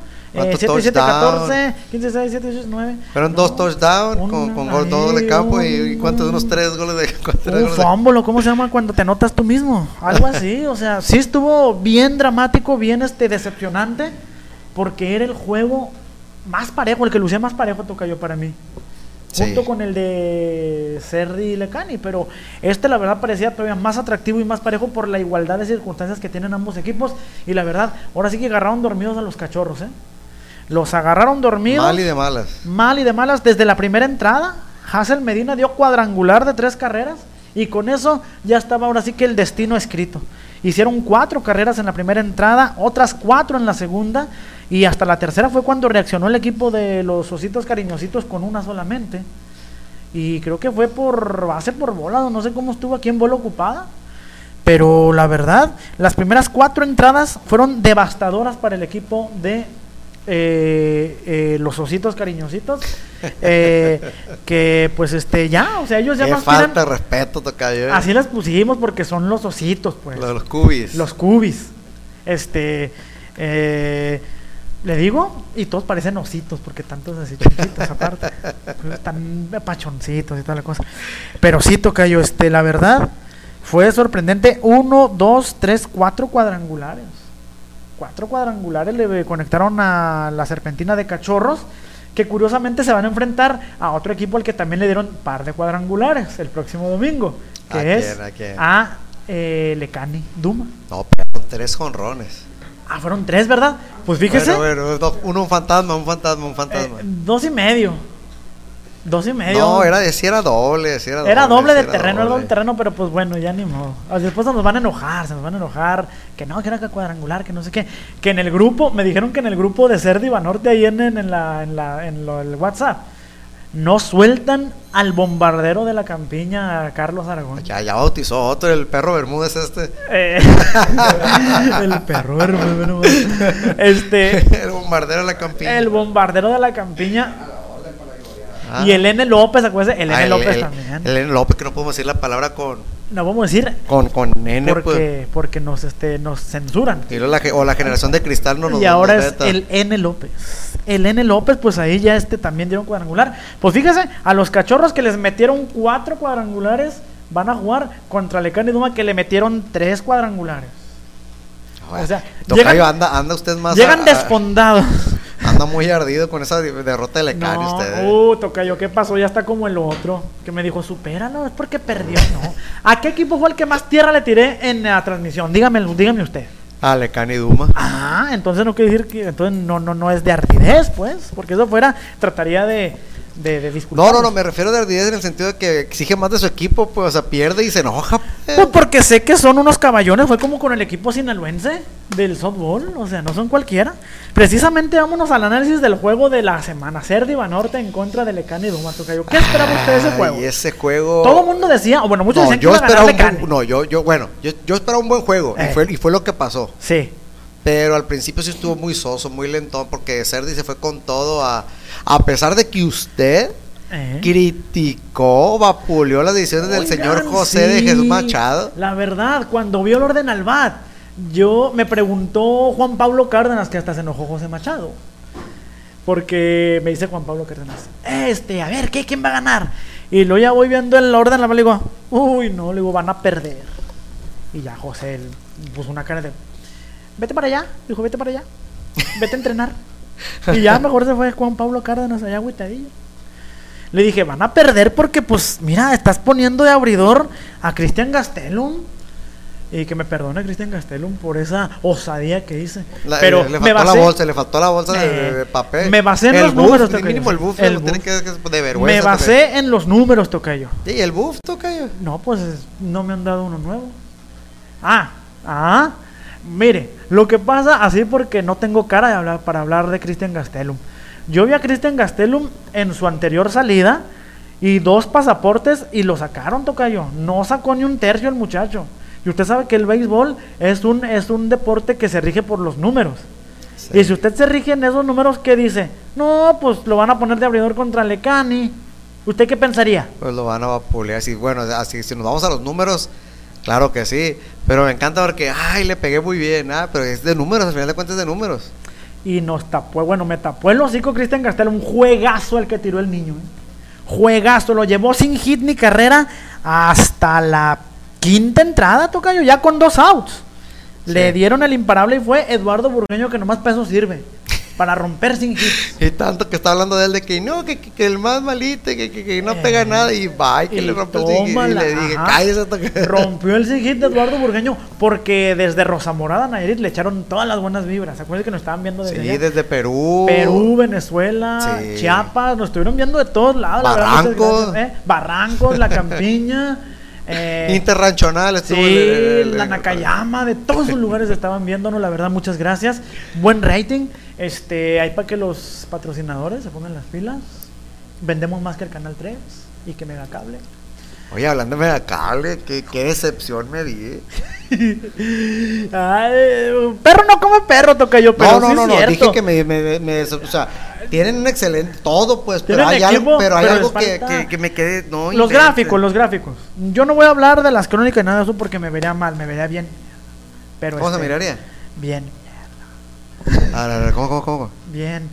7-7-14, 15-6-7-8-9. Fueron 2 touchdowns con gol todo de campo y ¿cuántos? Unos 3 goles de un fumble, ¿cómo se llama cuando te anotas tú mismo? Algo así, o sea, sí estuvo bien dramático, bien decepcionante, porque era el juego más parejo, el que lucía más parejo, Tocayo, para mí. Junto con el de Cerdi y Lecani, pero la verdad parecía todavía más atractivo y más parejo por la igualdad de circunstancias que tienen ambos equipos. Y la verdad, ahora sí que agarraron dormidos a los Cachorros, Los agarraron dormidos. Mal y de malas. Mal y de malas. Desde la primera entrada, Hazel Medina dio cuadrangular de 3 carreras y con eso ya estaba ahora sí que el destino escrito. Hicieron 4 carreras en la primera entrada, otras 4 en la segunda, y hasta la tercera fue cuando reaccionó el equipo de los ositos cariñositos con una solamente. Y creo que fue va a ser por bola, no sé cómo estuvo aquí en bola ocupada. Pero la verdad, las primeras 4 entradas fueron devastadoras para el equipo de los ositos cariñositos. Que pues ya, o sea, ellos ya más falta de respeto, Tocayo. Así las pusimos porque son los ositos, pues. Los cubis. Los cubis. Le digo, y todos parecen ositos porque tantos así chiquitos aparte. Están pachoncitos y toda la cosa. Pero sí, Tocayo, la verdad fue sorprendente. 1, 2, 3, 4 cuadrangulares. 4 cuadrangulares le conectaron a la Serpentina de Cachorros, que curiosamente se van a enfrentar a otro equipo al que también le dieron par de cuadrangulares el próximo domingo, que ¿A Lecani Duma. No, pero 3 jonrones. Fueron 3, ¿verdad? Pues fíjese. Bueno, un fantasma. 2.5. 2.5. No, era doble. Era doble de terreno, era doble de terreno, pero pues bueno, ya ni modo. Después nos van a enojar, que no, que era cuadrangular, que no sé qué. Que en el grupo, me dijeron que en el grupo de Cerdi Banorte ahí en el WhatsApp, no sueltan al bombardero de la campiña, Carlos Aragón. Ya bautizó otro, el perro Bermúdez el perro Bermúdez. El bombardero de la campiña. El bombardero de la campiña. Y el N. López, acuérdense, el N. López también. El N. López, que no podemos decir la palabra con... No podemos decir... Con N, porque nos censuran. O la generación de cristal no nos... Y ahora es el N. López. El N. López, pues ahí ya también dieron cuadrangular. Pues fíjese, a los Cachorros que les metieron 4 cuadrangulares, van a jugar contra Lecani Duma, que le metieron 3 cuadrangulares. O sea, Tocayo, anda usted más... Llegan desfondados. Anda muy ardido con esa derrota de Lecani usted. Tocayo, ¿qué pasó? Ya está como el otro, que me dijo, supéralo, es porque perdió. No. ¿A qué equipo fue el que más tierra le tiré en la transmisión? Dígame usted. A Lecani Duma. Entonces no quiere decir que... Entonces no es de ardidez, pues, porque eso fuera, trataría de de disculparnos. No, me refiero de ardidez en el sentido de que exige más de su equipo, pues, o sea, pierde y se enoja. Pues porque sé que son unos caballones, fue como con el equipo sinaloense del softball, o sea, no son cualquiera. Precisamente vámonos al análisis del juego de la semana, Cerdi Banorte en contra de Lecani Dumas, tocayo. ¿Qué esperaba usted de ese juego? Y ese juego... Todo el mundo decía, o bueno, muchos decían que yo iba a ganar esperaba Lecani. Yo esperaba un buen juego, y fue lo que pasó. Sí. Pero al principio sí estuvo muy soso, muy lentón, porque Cerdi se fue con todo a pesar de que usted criticó, vapuleó las decisiones del señor José de Jesús Machado. La verdad, cuando vio el orden al BAT, me preguntó Juan Pablo Cárdenas, que hasta se enojó José Machado. Porque me dice Juan Pablo Cárdenas, a ver, ¿quién va a ganar? Y luego ya voy viendo el orden al BAT, le digo, uy, no, le digo, van a perder. Y ya José puso una cara de... Vete para allá, dijo, vete para allá, vete a entrenar. Y ya mejor se fue Juan Pablo Cárdenas allá agüitadillo. Le dije, van a perder porque pues, mira, estás poniendo de abridor a Cristian Gastelum. Y que me perdone Cristian Gastelum por esa osadía que hice. Pero le faltó la bolsa de papel. Me basé en los números, tocayo. Mínimo el buff, tiene que de vergüenza. Me basé en los números, tocayo. ¿Y el buff, tocayo? No, pues no me han dado uno nuevo. Mire, lo que pasa así porque no tengo cara para hablar de Cristian Gastelum. Yo vi a Cristian Gastelum en su anterior salida y 2 pasaportes y lo sacaron, tocayo. No sacó ni un tercio el muchacho. Y usted sabe que el béisbol es un deporte que se rige por los números. Sí. Y si usted se rige en esos números, ¿qué dice? No, pues lo van a poner de abridor contra Lecani. ¿Usted qué pensaría? Pues lo van a vapulear. Bueno, así si nos vamos a los números... Claro que sí, pero me encanta porque, le pegué muy bien, pero es de números, al final de cuentas es de números. Y me tapó el hocico Cristian Gastelum, un juegazo el que tiró el niño, juegazo, lo llevó sin hit ni carrera hasta la 5ª entrada, tocayo, ya con 2 outs. Sí. Le dieron el imparable y fue Eduardo Burgueño, que nomás para eso sirve, para romper sin hits. Y tanto que está hablando de él de que no, que el más malito, que no pega nada y va, que le rompió el sin hit. Y le dije, cállese. Rompió el sin hit de Eduardo Burgueño porque desde Rosa Morada, Nayarit, le echaron todas las buenas vibras. ¿Se acuerdan que nos estaban viendo desde allá? Desde Perú. Venezuela, Chiapas, nos estuvieron viendo de todos lados. Barrancos. Barrancos, La Campiña. Interranchonal estuvo la Nakayama, de todos sus lugares estaban viéndonos, la verdad, muchas gracias. Buen rating. Ahí para que los patrocinadores se pongan las pilas. Vendemos más que el Canal 3 y que Megacable. Oye, hablando de Megacable, qué decepción me di. Perro no come perro, tocayo, pero no, cierto. Dije que o sea, tienen un excelente todo, pues, pero hay algo que me quede, no. Los gráficos. Yo no voy a hablar de las crónicas y nada de eso porque me vería mal, me vería bien. Pero ¿cómo se miraría? Bien. A ver, ¿cómo? Bien,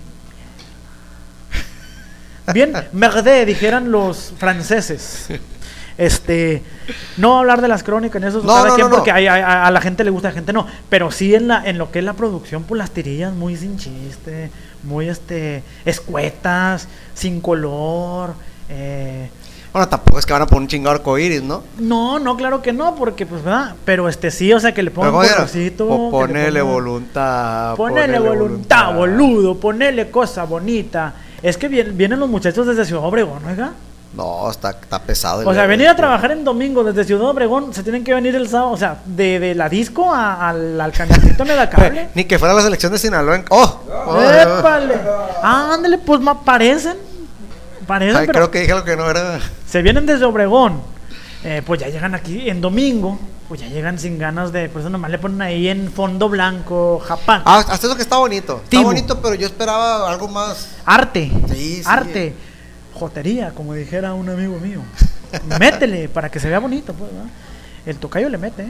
merde, dijeran los franceses. No hablar de las crónicas en eso porque a la gente le gusta, a la gente no, pero sí en lo que es la producción, pues las tirillas muy sin chiste, muy escuetas, sin color. Bueno, tampoco es que van a poner un chingado arcoíris, ¿no? No, claro que no, porque pues, ¿verdad? Pero sí, o sea, que le pongan un colorcito. Ponele voluntad. Ponele voluntad, boludo, ponele cosa bonita. Es que vienen los muchachos desde Ciudad Obregón, oiga. No, está pesado. O sea, venir a trabajar en domingo desde Ciudad Obregón, se tienen que venir el sábado, o sea, de la disco al canalito Megacable. Ni que fuera la selección de Sinaloa. ¡Épale! Ándale, pues parecen. Pero creo que dije lo que no era. Se vienen desde Obregón, pues ya llegan aquí en domingo, pues ya llegan sin ganas de, por eso nomás le ponen ahí en fondo blanco, Japán. Hasta eso que está bonito. Está bonito, pero yo esperaba algo más. Arte. Sí. Arte. Jotería, como dijera un amigo mío. Métele para que se vea bonito, pues, ¿verdad? El tocayo le mete,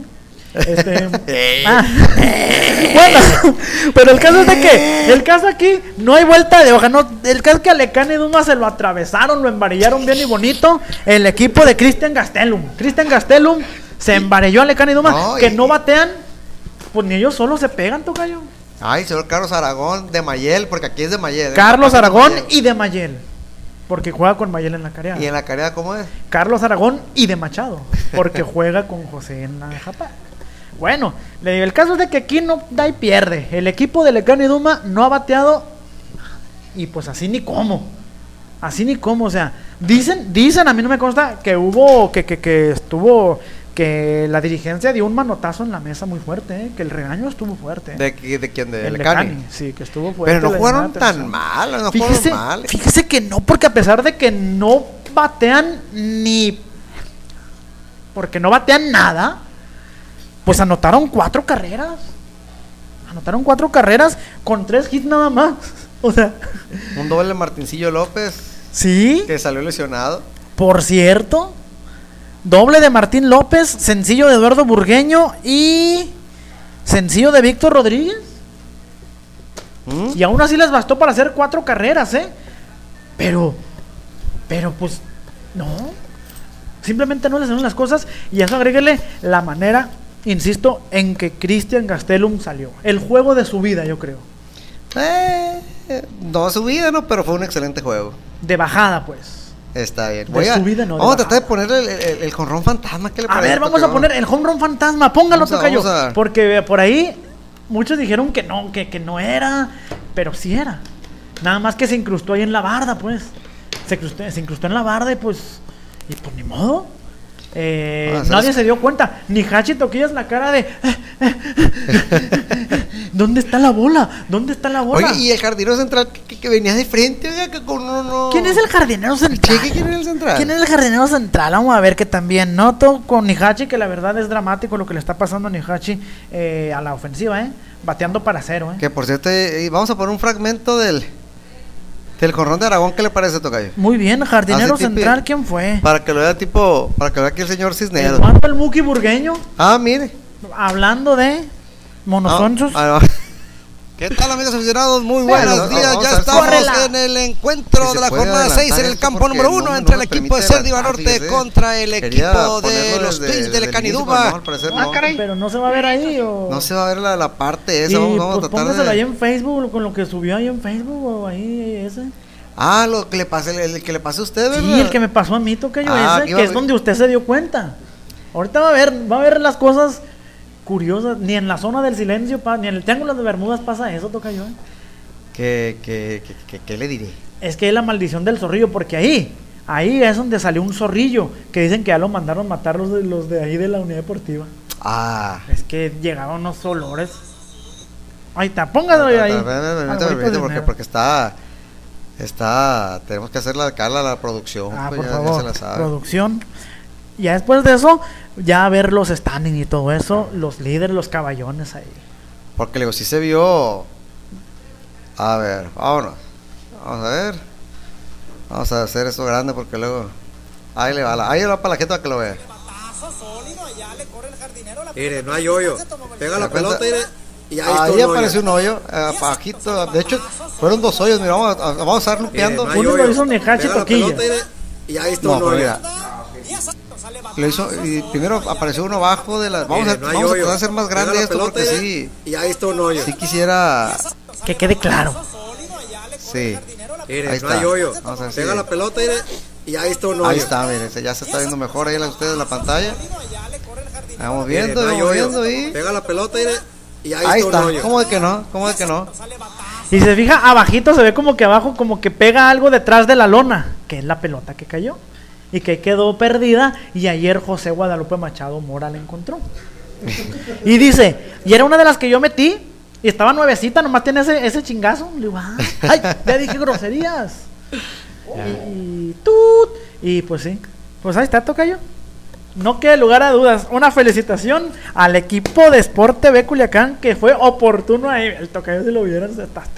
Bueno, pero el caso es de que el caso aquí no hay vuelta de hoja, no, el caso es que a Lecani Dumas se lo atravesaron, lo embarillaron bien y bonito el equipo de Cristian Gastelum se embarelló a Lecani Dumas, no batean, pues ni ellos solos se pegan, tocayo. Señor Carlos Aragón de Mayel, porque aquí es de Mayel. Carlos Aragón y de Mayel, porque juega con Mayel en la Careada. ¿Y en la Careada cómo es? Carlos Aragón y de Machado, porque juega con José en la Japán. Bueno, el caso es de que aquí no da y pierde. El equipo de Lecani Duma no ha bateado y pues así ni cómo. Así ni cómo, o sea, dicen, a mí no me consta que hubo, que estuvo, que la dirigencia dio un manotazo en la mesa muy fuerte, que el regaño estuvo fuerte. ¿De quién? ¿De Lecani? Sí, que estuvo fuerte. Pero no fueron tan mal, no fueron mal. Fíjese que no, porque a pesar de que no batean porque no batean nada, pues anotaron 4 carreras. Anotaron 4 carreras con 3 hits nada más. O sea, un doble de Martincillo López. Sí. Que salió lesionado. Por cierto, doble de Martín López, sencillo de Eduardo Burgueño y sencillo de Víctor Rodríguez. Y aún así les bastó para hacer 4 carreras, Pero pues, no. Simplemente no les dieron las cosas. Y eso agréguele la manera, insisto, en que Cristian Gastelum salió. El juego de su vida, yo creo. No su vida, no, pero fue un excelente juego. De bajada, pues. Está bien. Vamos a tratar de poner el jonrón fantasma. ¿Qué le parece? A ver, vamos a poner el home run fantasma. Póngalo, tocayo. Porque por ahí muchos dijeron que no era, pero sí era. Nada más que se incrustó ahí en la barda, pues. Se incrustó en la barda y pues ni modo. Nadie se dio cuenta. Ni Hachi Toquillas la cara de ¿dónde está la bola? ¿Dónde está la bola? Oye, y el jardinero central que venía de frente, oiga, que con uno. ¿Quién es el jardinero central? ¿Quién es el central? ¿Quién es el jardinero central? Vamos a ver, que también noto con Nihachi que la verdad es dramático lo que le está pasando a Nihachi a la ofensiva, bateando para 0, Que por cierto, vamos a poner un fragmento del jonrón de Aragón. ¿Qué le parece, tocayo? Muy bien, jardinero central, ¿quién fue? Para que lo vea aquí el señor Cisneros. El Muki Burgueño. Mire. Hablando de monosonchos. ¿Qué tal, amigos aficionados? Muy buenos días. Ya estamos en el encuentro de la jornada 6 en el campo número 1 entre el equipo de Cerdiva Norte contra el equipo de los Twins de Lecaniduba. Pero no se va a ver ahí, ¿o? No se va a ver la parte esa. Vamos a tratar póngasela ahí en Facebook, con lo que subió ahí en Facebook o ahí ese. Lo que le pasé, el que le pasé a usted, ¿verdad? Sí, el que me pasó a mí, tocayo, ese, que es donde usted se dio cuenta. Ahorita va a ver las cosas curiosas. Ni en la zona del silencio, ni en el Triángulo de Bermudas pasa eso, tocayo. ¿Qué le diré? Es que es la maldición del zorrillo, porque ahí es donde salió un zorrillo, que dicen que ya lo mandaron matar los de ahí de la unidad deportiva. Es que llegaban unos olores. Ahí está, póngalo ahí. Porque tenemos que hacerle a la producción. Pues por favor, ya se la sabe. Producción. Ya después de eso, ya ver los standing y todo eso, los líderes, los caballones ahí. Porque luego sí se vio. A ver, vámonos. Vamos a ver. Vamos a hacer esto grande porque luego. Ahí le va para la gente para que lo vea. Mire, no hay hoyo. Pega la pelota y ahí apareció un hoyo. Bajito. De hecho, fueron 2 hoyos. Mira, vamos a estar lupeando. Uno lo hizo Nejachi Toquilla. Y ahí está un hoyo. Lo hizo, y primero apareció uno abajo de la. Vamos a tratar de hacer más grande esto porque sí. Y ahí está un hoyo. Sí quisiera que quede claro. Sí. Mire, ahí no hay hoyo. Pega la pelota y ahí está un hoyo. Ahí está, mire, ya se está viendo mejor ahí ustedes en la pantalla. Vamos viendo, y pega la pelota y ahí está un hoyo. ¿Cómo de que no? Y se fija, abajito se ve como que abajo como que pega algo detrás de la lona, que es la pelota que cayó y que quedó perdida, y ayer José Guadalupe Machado Mora la encontró. Y dice, y era una de las que yo metí y estaba nuevecita, nomás tiene ese chingazo. Le digo, ay, ya dije groserías. Y pues sí, pues ahí está, tocayo. No quede lugar a dudas. Una felicitación al equipo de Sport TV Culiacán, que fue oportuno ahí. El tocayo, si lo vieran,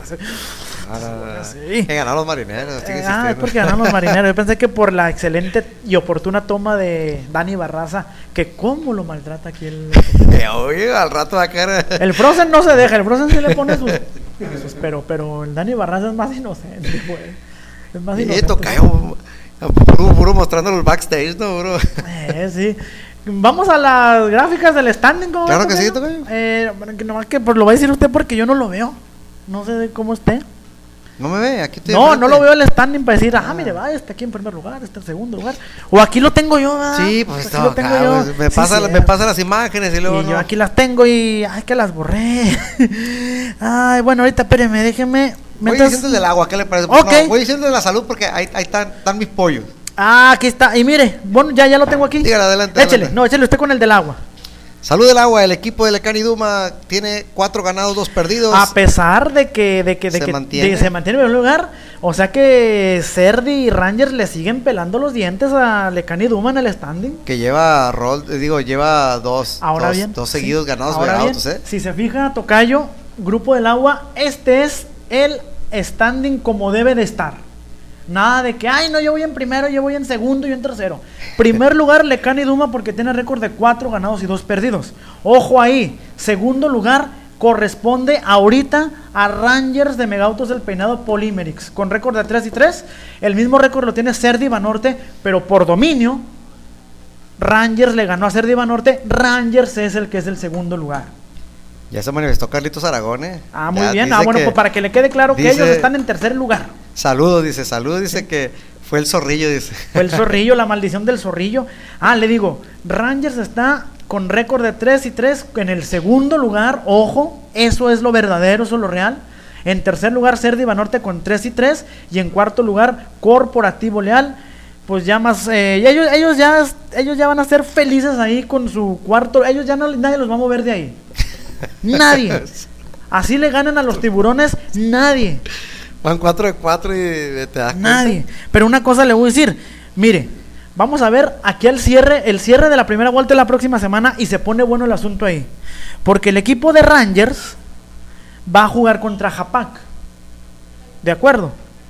sí. Que ganaron los marineros. Es porque ganaron los marineros. Yo pensé que por la excelente y oportuna toma de Dani Barraza, que cómo lo maltrata aquí el. Oye, al rato va a caer. El Frozen no se deja, el Frozen sí le pone sus pero el Dani Barraza es más inocente, güey. Es más inocente. Tocayo. Puro mostrando el backstage, ¿no, bro? Sí. Vamos a las gráficas del standing. Claro que sí, tocayo. Nomás que pues, lo va a decir usted porque yo no lo veo. No sé cómo esté. ¿No me ve? Aquí estoy. No lo veo el standing para decir, mire, va, está aquí en primer lugar, está en segundo lugar. O aquí lo tengo yo, ¿verdad? Sí, pues aquí lo tengo yo. Pues, me pasa las imágenes y luego. Y yo aquí las tengo y. Ay, que las borré. Ay, bueno, ahorita espéreme, déjeme. Voy diciendo el del agua, ¿qué le parece? Okay. No, voy diciendo de la salud porque ahí están mis pollos. Ah, aquí está. Y mire, bueno, ya lo tengo aquí. Dígale, adelante. Échele, no, échele usted con el del agua. Salud del agua, el equipo de Lecán y Duma tiene 4 ganados, 2 perdidos. A pesar de que se mantiene en primer lugar, o sea que Cerdi y Rangers le siguen pelando los dientes a Lecán y Duma en el standing. Que lleva dos seguidos sí. ganados. Ahora bien, si se fija, tocayo, Grupo del Agua, este es el standing como debe de estar. Nada de que, ay, no, yo voy en primero, yo voy en segundo, yo en tercero. Primer lugar, Lecán y Duma porque tiene récord de 4 ganados y 2 perdidos. Ojo ahí, segundo lugar corresponde ahorita a Rangers de Megautos del Peinado Polymerix, con récord de 3-3. El mismo récord lo tiene Cerdi Banorte, pero por dominio, Rangers le ganó a Cerdi Banorte. Rangers es el que es el segundo lugar. Ya se manifestó Carlitos Aragón, Ah, muy bien. Bueno, pues para que le quede claro que ellos están en tercer lugar. Saludos, dice que fue el zorrillo, dice. Fue el zorrillo, la maldición del zorrillo. Le digo, Rangers está con récord de 3-3 en el segundo lugar. Ojo, eso es lo verdadero, eso es lo real. En tercer lugar, Cerdi Banorte con 3-3. Y en cuarto lugar, Corporativo Leal. Pues ya más, ellos ya van a ser felices ahí con su cuarto. Ellos ya nadie los va a mover de ahí. Nadie. Así le ganan a los Tiburones, nadie. Van 4-4 y te das cuenta. Nadie. Pero una cosa le voy a decir, mire, vamos a ver aquí el cierre de la primera vuelta de la próxima semana y se pone bueno el asunto ahí. Porque el equipo de Rangers va a jugar contra Japac. ¿De acuerdo?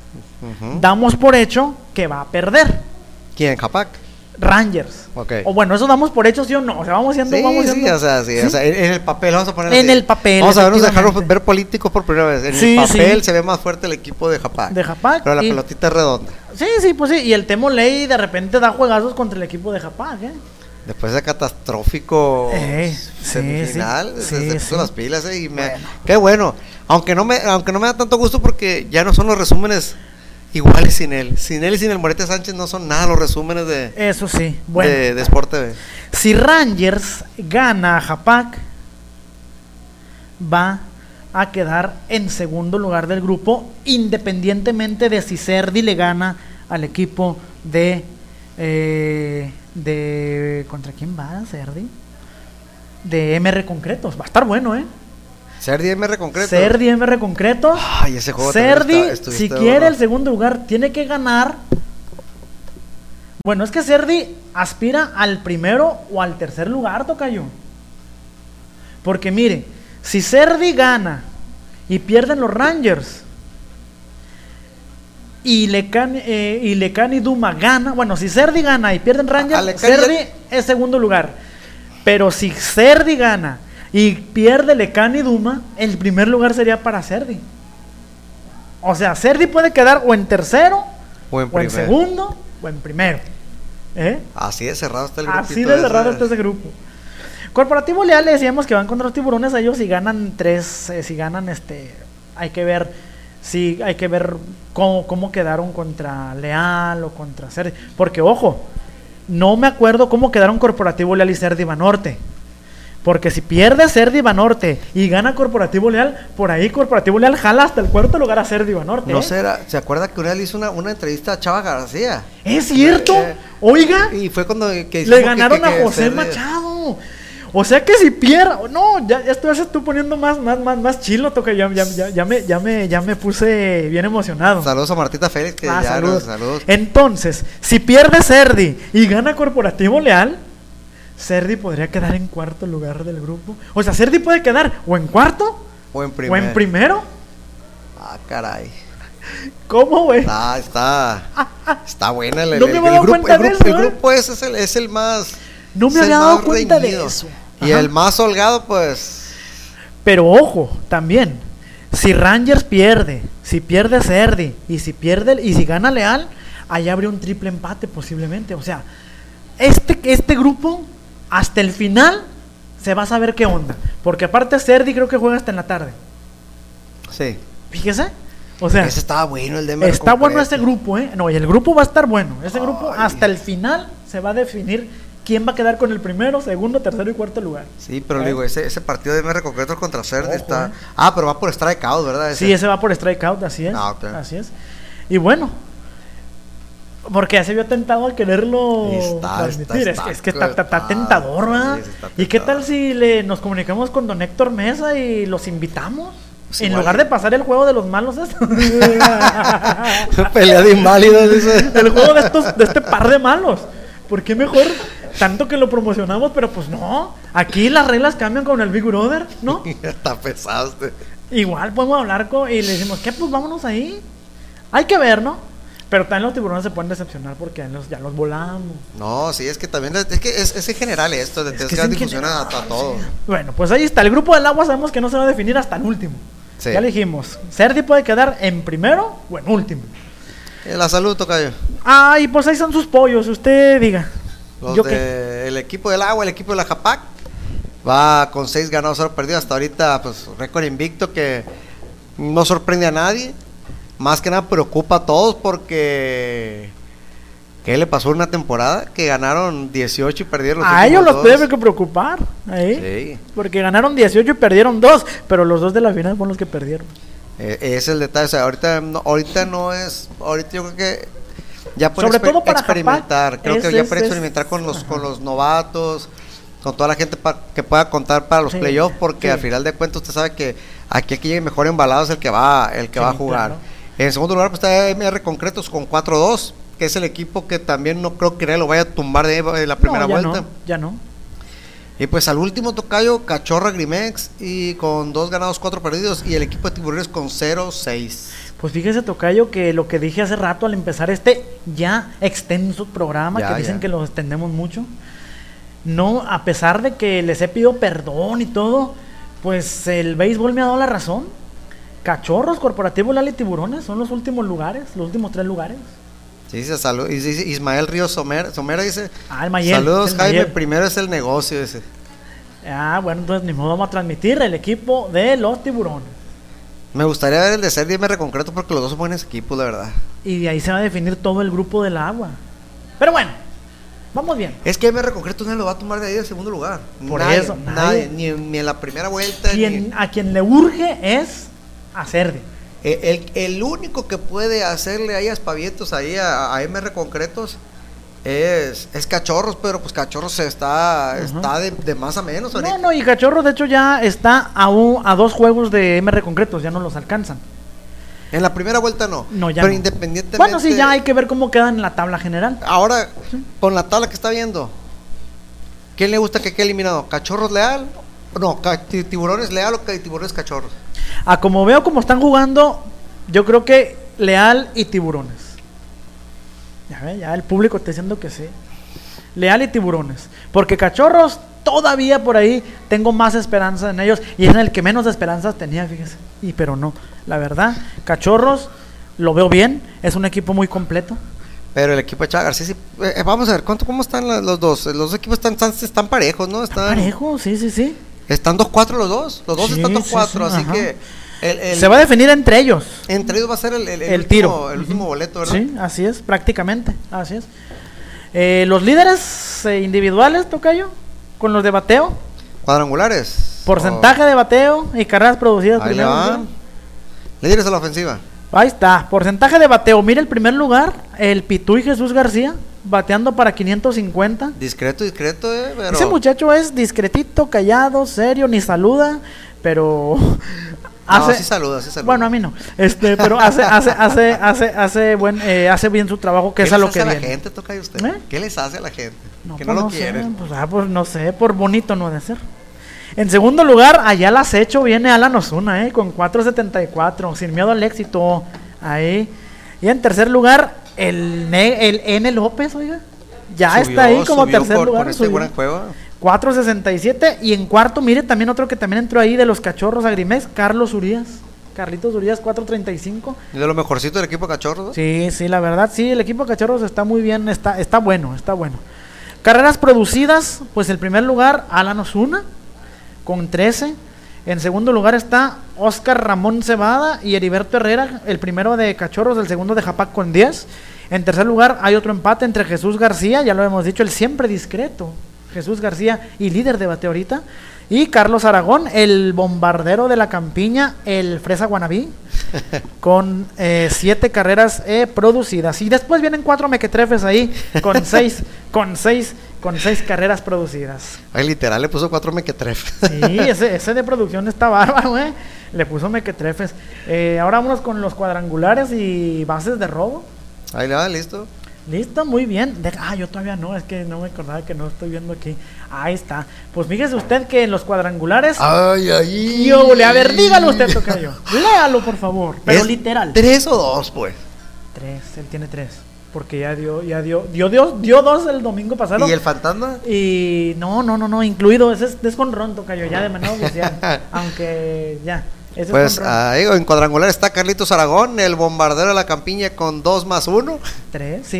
Damos por hecho que va a perder. ¿Quién? ¿Japac? Rangers. Okay. O bueno, eso damos por hecho, ¿sí o no? O sea, vamos haciendo. Sí, o sea, en el papel vamos a poner en el papel. Vamos a vernos dejarnos ver políticos por primera vez. En el papel se ve más fuerte el equipo de Japac. Pero la pelotita es redonda. Sí, pues sí. Y el Temo Ley de repente da juegazos contra el equipo de Japac, Después de catastrófico semifinal, se puso las pilas, y qué bueno. Aunque no me da tanto gusto porque ya no son los resúmenes iguales sin él. Sin él y sin el Morete Sánchez no son nada los resúmenes de... Eso sí, bueno. De Sport TV. Si Rangers gana a Japac, va a quedar en segundo lugar del grupo, independientemente de si Cerdi le gana al equipo de ¿contra quién va Cerdi? De MR Concretos. Va a estar bueno, Cerdi MR Concreto. Cerdi MR Concreto. Ay, ese juego Cerdi, si quiere el segundo lugar, tiene que ganar. Bueno, es que Cerdi aspira al primero o al tercer lugar, tocayo. Porque mire, si Cerdi gana y pierden los Rangers y Lecán y Duma gana, bueno, si Cerdi gana y pierden Rangers, Cerdi es segundo lugar. Pero si Cerdi gana y pierde Lecán y Duma, el primer lugar sería para Cerdi. O sea, Cerdi puede quedar o en tercero, o en segundo, o en primero. Así de cerrado está el grupo. Así de cerrado está ese grupo. Corporativo Leal, le decíamos que van contra los Tiburones. A ellos si ganan hay que ver cómo quedaron contra Leal o contra Cerdi. Porque ojo, no me acuerdo cómo quedaron Corporativo Leal y Cerdi Banorte. Porque si pierde Cerdi Banorte y gana Corporativo Leal, por ahí Corporativo Leal jala hasta el cuarto lugar a Cerdi Banorte. No será, ¿se acuerda que una vez hizo una entrevista a Chava García? Es cierto, oiga. Y fue cuando le ganaron a José Machado. O sea que si pierde, no, ya estoy poniendo más chilo, toca, ya me puse bien emocionado. Saludos a Martita Félix, que saludos. Entonces, si pierde Cerdi y gana Corporativo Leal, Cerdi podría quedar en cuarto lugar del grupo. O sea, Cerdi puede quedar o en cuarto o en primero. Ah, caray. ¿Cómo, güey? Está buena el grupo es el más. No me había dado cuenta de eso. Y el más holgado, pues. Pero ojo, también, si Rangers pierde, si pierde Cerdi y si gana Leal, ahí habría un triple empate posiblemente. O sea, este grupo hasta el final se va a saber qué onda, porque aparte Cerdi creo que juega hasta en la tarde. Sí. Fíjese. O sea, ese estaba bueno el de MR está concreto. Bueno ese grupo, No, y el grupo va a estar bueno. Ese grupo hasta el final se va a definir quién va a quedar con el primero, segundo, tercero y cuarto lugar. Sí, pero le digo, ese partido de MR Concretos contra Cerdi está... pero va por strikeout, ¿verdad? Sí, ese va por strikeout, así es. Okay. Así es. Y bueno, porque ya se vio tentado al quererlo transmitir. Es que está tentador, ¿verdad? Sí, ¿y qué tal si nos comunicamos con don Héctor Mesa y los invitamos? Sí, en lugar de pasar el juego de los malos pelea de inválidos, dice. El juego de este par de malos. ¿Por qué mejor tanto que lo promocionamos? Pero pues no, aquí las reglas cambian con el Big Brother, ¿no? Está pesado Igual podemos hablar y le decimos, ¿qué? Pues vámonos ahí. Hay que ver, ¿no? Pero también los tiburones se pueden decepcionar porque ya los volamos. No, sí, es que también es en general esto, de que funciona a todo. Sí. Bueno, pues ahí está, el grupo del agua sabemos que no se va a definir hasta el último. Sí. Ya le dijimos, Cerdi puede quedar en primero o en último. La salud, tocayo. Ay, pues ahí están sus pollos, usted diga. El equipo del agua, el equipo de la Japac, va con 6 ganados, 0 perdidos. Hasta ahorita, pues, récord invicto que no sorprende a nadie. Más que nada preocupa a todos porque... ¿Qué le pasó en una temporada? Que ganaron 18 y perdieron los a ellos los debe que preocupar. Sí. Porque ganaron 18 y perdieron 2, pero los 2 de la final fueron los que perdieron. Es el detalle. O sea, ahorita no es... Ahorita yo creo que ya pueden experimentar. Japac, creo que ya pueden experimentar con los novatos, con toda la gente que pueda contar para los playoffs, porque al final de cuentas usted sabe que aquí llegue mejor embalado es el que va a jugar. Claro. En segundo lugar pues está MR Concretos con 4-2, que es el equipo que también no creo que lo vaya a tumbar de la primera vuelta. Ya no. Y pues al último, tocayo, Cachorro Agrimex y con 2 ganados, 4 perdidos, y el equipo de Tiburones con 0-6. Pues fíjese, tocayo, que lo que dije hace rato al empezar este ya extenso programa, que dicen que lo extendemos mucho, no, a pesar de que les he pedido perdón y todo, pues el béisbol me ha dado la razón. Cachorros, Corporativo Leal y Tiburones son los últimos lugares, los últimos 3 lugares. Sí, salud. Y dice Ismael Ríos Somera dice, el Mayel, saludos Jaime, primero es el negocio ese. Bueno, entonces ni modo, vamos a transmitir el equipo de los Tiburones. Me gustaría ver el de Cerdi MR Concreto porque los dos son buenos equipos, la verdad. Y de ahí se va a definir todo el grupo del agua. Pero bueno, vamos bien. Es que MR Concreto no lo va a tomar de ahí del segundo lugar. Por eso, nadie. Ni en la primera vuelta. A quien le urge es a Cerdi. El único que puede hacerle ahí aspavientos ahí a MR Concretos es Cachorros, pero pues Cachorros está de más a menos ahorita. No, y Cachorros de hecho ya está a 2 juegos de MR Concretos, ya no los alcanzan. En la primera vuelta no. No, ya pero no. Independientemente. Bueno, sí, ya hay que ver cómo quedan en la tabla general. Ahora, con la tabla que está viendo, ¿quién le gusta que quede eliminado? ¿Cachorros Leal? No, Tiburones Leal o Tiburones Cachorros. Como veo cómo están jugando, yo creo que Leal y Tiburones. Ya el público está diciendo que sí. Leal y Tiburones. Porque Cachorros, todavía por ahí tengo más esperanza en ellos. Y es en el que menos esperanzas tenía, fíjese. Pero no, la verdad, Cachorros lo veo bien. Es un equipo muy completo. Pero el equipo de Chava García, sí, vamos a ver, ¿cómo están los dos? Los equipos están parejos, ¿no? Están parejos, sí. Están 2-4 los dos. Los dos están 2-4, así ajá. Que... se va a definir entre ellos. Entre ellos va a ser el tiro. El último boleto, ¿verdad? Sí, así es, prácticamente. Así es. Los líderes individuales, tocayo, con los de bateo. Cuadrangulares. Porcentaje de bateo y carreras producidas. Ahí le van. Líderes a la ofensiva. Ahí está. Porcentaje de bateo. Mira el primer lugar, el Pitú y Jesús García, bateando para 550. Discreto, pero... Ese muchacho es discretito, callado, serio, ni saluda, pero... sí saluda. Bueno, a mí no. Pero hace bien su trabajo, que es a lo que viene. ¿Qué les hace a la gente, toca usted? ¿Qué les hace a la gente? No, que pues no lo quieren. Pues no sé, por bonito no ha de ser. En segundo lugar, allá al acecho viene Alan Osuna, con 4.74, sin miedo al éxito, ahí. Y en tercer lugar, el N. López, oiga. Ya está ahí como tercer lugar. Con este buen juego. 4.67. Y en cuarto, mire, también otro que también entró ahí de los Cachorros Agrimex, Carlitos Urias, 4.35. ¿Y de lo mejorcito del equipo Cachorros? ¿No? Sí, la verdad, sí, el equipo Cachorros está muy bien, está bueno. Carreras producidas, pues el primer lugar, Alan Osuna, con 13. En segundo lugar está Oscar Ramón Cebada y Heriberto Herrera, el primero de Cachorros, el segundo de Japac con 10. En tercer lugar hay otro empate entre Jesús García, ya lo hemos dicho, el siempre discreto Jesús García y líder de bateo ahorita, y Carlos Aragón, el bombardero de la campiña, el Fresa Guanabí, con 7 carreras producidas. Y después vienen 4 mequetrefes ahí, con 6 carreras producidas. Ay, literal, le puso 4 mequetrefes. Sí, ese de producción está bárbaro, le puso mequetrefes. Ahora vámonos con los cuadrangulares y bases de robo. Ahí va, listo. Listo, muy bien. Yo todavía no, es que no me acordaba que no estoy viendo aquí. Ahí está. Pues fíjese usted que en los cuadrangulares. Ay. A ver, dígalo usted, tocayo. Léalo, por favor. Pero literal. 3 o 2, pues. 3, él tiene 3. Porque dio 2 el domingo pasado. ¿Y el fantasma? Y no, incluido. Ese es con ron, tocayo, ya de manera oficial. Aunque ya. Pues en cuadrangular está Carlitos Aragón, el bombardero de la campiña con 2+1. 3, sí.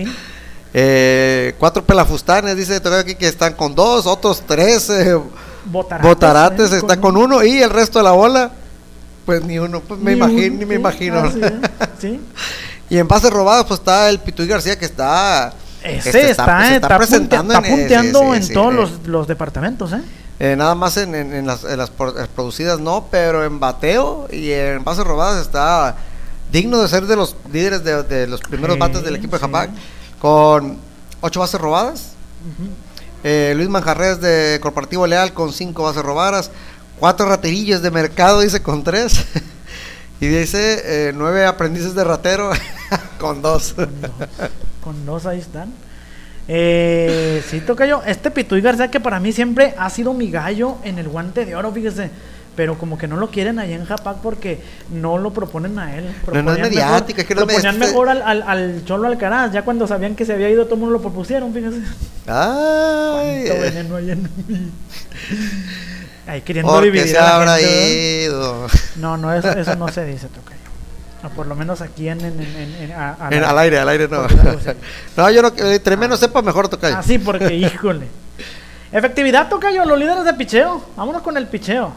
4 pelafustanes, dice todavía aquí que están con 2, otros 3 botarates están con 1 y el resto de la bola, pues ni uno, pues me imagino. Sí. Y en bases robadas pues está el Pituy García que está presentando, está punteando en todos los departamentos, nada más en las producidas no, pero en bateo y en bases robadas está digno de ser de los líderes de los primeros bates del equipo de Japac, con 8 bases robadas. Luis Manjarres de Corporativo Leal con 5 bases robadas, 4 raterillos de mercado, dice, con 3. Y dice 9 aprendices de ratero con 2. Con 2 ahí están. Sí, tocayo, Pituy García, que para mí siempre ha sido mi gallo en el Guante de Oro, fíjese, pero como que no lo quieren allá en Japac porque no lo proponen a él. No es mediática, es que no proponían mejor al Cholo Alcaraz, ya cuando sabían que se había ido, todo el mundo lo propusieron, fíjese. Ay, cuánto veneno hay en mí. Ahí queriendo dividir se a habrá la gente, ido. No, eso no se dice, tocayo. Por lo menos aquí al aire no. No, yo no, entre menos sepa mejor, tocayo. Sí, porque híjole. Efectividad, tocayo, los líderes de picheo. Vámonos con el picheo.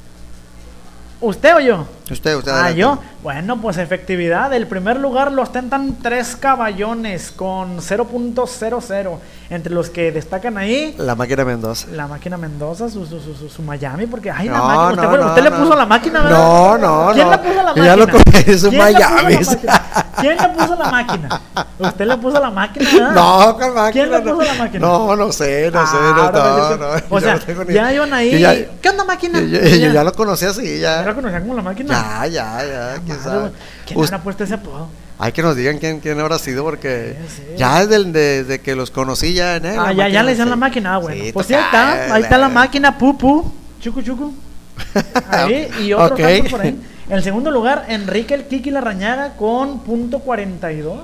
¿Usted o yo? Usted. Yo. Bueno, pues efectividad. El primer lugar lo ostentan 3 caballones con 0.00. Entre los que destacan ahí, la máquina Mendoza. La máquina Mendoza, su Miami, porque la máquina. Usted le puso la máquina, ¿verdad? No. ¿Quién le puso la máquina? Ya lo conocí, su Miami. ¿Quién le puso la máquina? ¿Usted le puso la máquina, verdad? No, ¿cuál máquina? ¿Quién le puso la máquina? No sé. No. O sea, ya iban ahí. ¿Qué onda, máquina? Yo ya lo conocí así, ya. ¿Ya lo conocían como la máquina? Ya. ¿Quién sabe? ¿Quién habrá puesto ese apodo? Hay que nos digan quién habrá sido, porque ya desde que los conocí ya. Ya le decían la máquina, bueno. Sí, pues ahí está la máquina, pupu, chucu. Ahí, y otros tantos por ahí. En el segundo lugar, Enrique el Kiki Larrañaga con .42,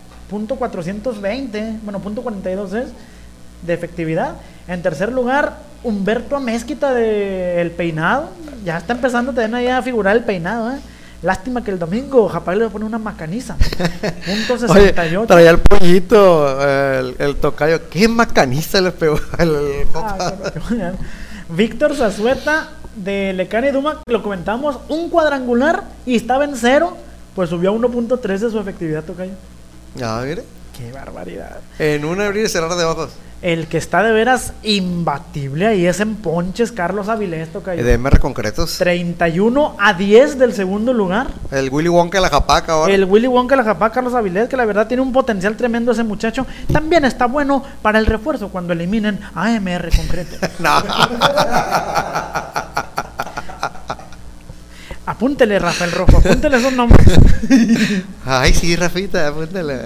.420, bueno, .42 es de efectividad. En tercer lugar, Humberto Amezquita de El Peinado. Ya está empezando también ahí a figurar el peinado, Lástima que el domingo Japac le pone una macaniza. .68. Oye, traía el pollito, el tocayo. ¿Qué macaniza le pegó Víctor Zazueta de Lecán y Duma, lo comentamos, un cuadrangular y estaba en 0, pues subió a 1.3 de su efectividad, tocayo. Mire. Qué barbaridad. En un abrir y cerrar de ojos. El que está de veras imbatible ahí es en ponches, Carlos Avilés, tocayo. De MR Concretos. 31-10 del segundo lugar. El Willy Wonka de la Japac ahora. El Willy Wonka de la Japac, Carlos Avilés, que la verdad tiene un potencial tremendo ese muchacho. También está bueno para el refuerzo cuando eliminen a MR Concretos. No. Apúntele, Rafael Rojo, apúntele esos nombres. Ay, sí, Rafita, apúntele.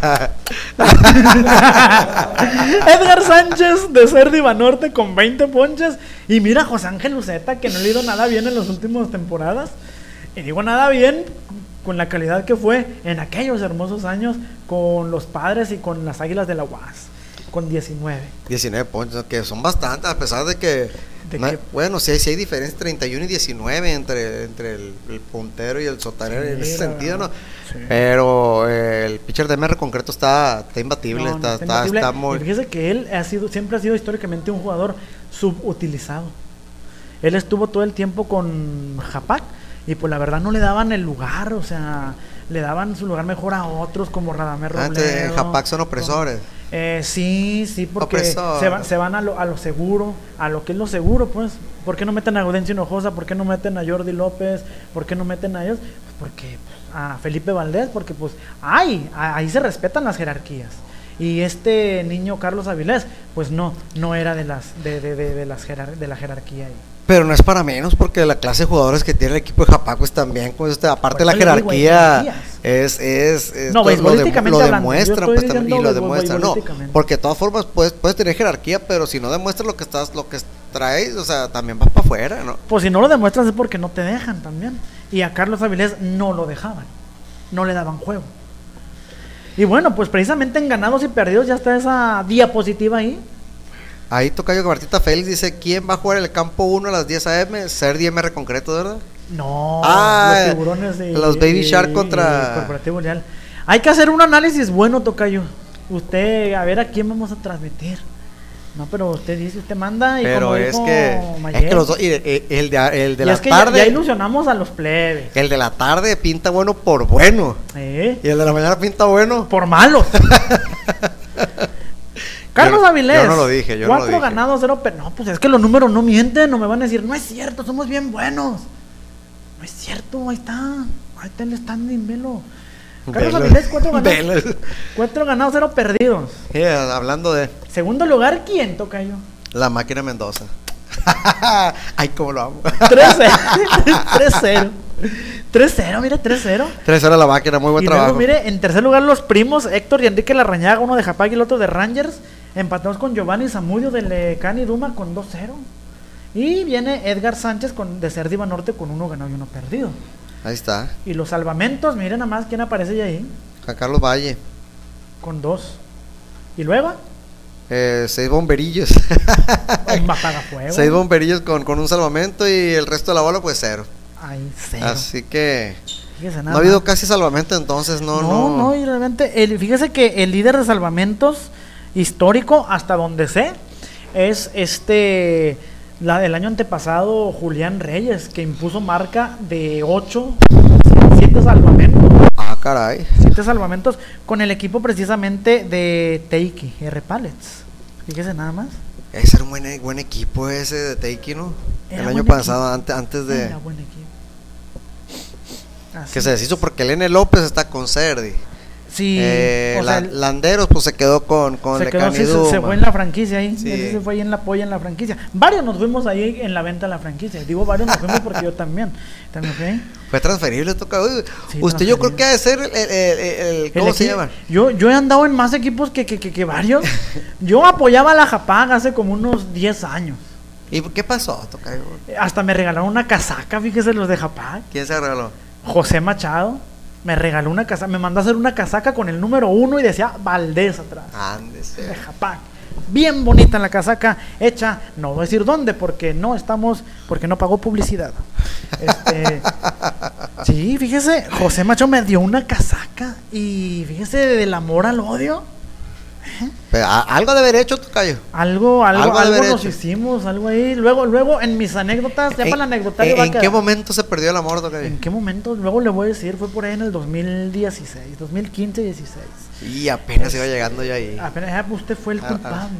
Edgar Sánchez de Cerdi Banorte con 20 ponches. Y mira, José Ángel Luceta, que no le ha ido nada bien en las últimas temporadas. Y digo nada bien con la calidad que fue en aquellos hermosos años con los Padres y con las Águilas de la UAS. Con 19. 19 ponches, que son bastantes, a pesar de que... Bueno, sí hay diferencia 31 y 19 entre el puntero y el sotanero, en ese sentido, ¿no? Sí. Pero el pitcher de MR Concreto está imbatible, está muy... Y fíjese que él siempre ha sido históricamente un jugador subutilizado. Él estuvo todo el tiempo con Japac y pues la verdad no le daban el lugar, o sea, le daban su lugar mejor a otros como Radamés Robledo. En Japac son opresores. Sí, porque se van a lo seguro, a lo que es lo seguro, pues. ¿Por qué no meten a Gaudencio Hinojosa? ¿Por qué no meten a Jordi López? ¿Por qué no meten a ellos? Pues porque a Felipe Valdés, porque pues ahí se respetan las jerarquías. Y este niño Carlos Avilés, pues no era de la jerarquía ahí. Pero no es para menos, porque la clase de jugadores que tiene el equipo de Japac, pues también, pues, aparte de la jerarquía, no, beisbolísticamente lo demuestran, pues, y lo demuestran, no, porque de todas formas puedes tener jerarquía, pero si no demuestras lo que traes, o sea, también vas para afuera, ¿no? Pues si no lo demuestras es porque no te dejan también, y a Carlos Avilés no lo dejaban, no le daban juego. Y bueno, pues precisamente en ganados y perdidos ya está esa diapositiva ahí. Ahí Tocayo Martita Félix dice: ¿quién va a jugar en el campo 1 a las 10 a.m.? Serdi MR Concreto, ¿verdad? No, los Tiburones los Baby Shark contra Corporativo Leal. Hay que hacer un análisis bueno, Tocayo. Usted, a ver a quién vamos a transmitir. No, pero usted dice, usted manda. Y pero como es que los dos, el de la tarde. Ya ilusionamos a los plebes. El de la tarde pinta bueno por bueno. Y el de la mañana pinta bueno por malo. Carlos Avilés, yo no lo dije, 4 ganados, 0 no, pues es que los números no mienten, no me van a decir, no es cierto, somos bien buenos. No es cierto, ahí está el standing, velo. Carlos Avilés, 4 ganados, 0 perdidos. Hablando de... Segundo lugar, ¿quién, Tocayo? La Máquina Mendoza. Ay, cómo lo amo. 3-0. 3-0, mire, 3-0. 3-0 la Máquina, muy buen trabajo. Luego, mire, en tercer lugar los primos Héctor y Enrique Larrañaga, uno de Japac y el otro de Rangers. Empatados con Giovanni Zamudio de Lecani Duma con 2-0. Y viene Edgar Sánchez de Cerdiva Norte con 1 ganado y 1 perdido. Ahí está. Y los salvamentos, miren nada más quién aparece ahí. Juan Carlos Valle. Con 2. ¿Y luego? 6 bomberillos. Un apagafuego. 6 bomberillos con un salvamento y el resto de la bola pues 0. Ay, 0. Así que fíjese, no ha habido casi salvamento, entonces no. Y realmente, fíjese que el líder de salvamentos histórico, hasta donde sé, es el año antepasado Julián Reyes, que impuso marca de 7 salvamentos. Ah, caray. 7 salvamentos con el equipo precisamente de Teiki, R Pallets. Fíjese nada más. Ese era un buen equipo ese de Teiki, ¿no? El año pasado, antes de... Era buen equipo. Que se deshizo porque Elene López está con Cerdi. Sí, Landeros pues se quedó con Lecani Duma. Se fue en la franquicia ahí, sí. Se fue ahí en la polla en la franquicia. Varios nos fuimos ahí en la venta de la franquicia. Digo varios nos fuimos porque yo también fui. Fue transferible, toca. Sí, usted yo creo que ha de ser el ¿cómo se llama? Yo he andado en más equipos que varios. Yo apoyaba a la Japac hace como unos 10 años. ¿Y qué pasó, toca? Hasta me regalaron una casaca, fíjese los de Japac. ¿Quién se regaló? José Machado. Me regaló una casaca, me mandó a hacer una casaca con el número 1 y decía Valdés atrás. Ándese. De Japac. Bien bonita la casaca, hecha, no voy a decir dónde, porque no pagó publicidad. Sí, fíjese, José Machado me dio una casaca y fíjese del amor al odio. Pero, algo de haber hecho, tocayo. Algo nos hicimos, algo ahí. Luego en mis anécdotas, ya para el anecdotario. ¿En qué momento se perdió el amor, tocayo? ¿En qué momento? Luego le voy a decir, fue por ahí en el 2016, 2015-16. Y apenas iba llegando yo ahí. Apenas, usted fue el culpable.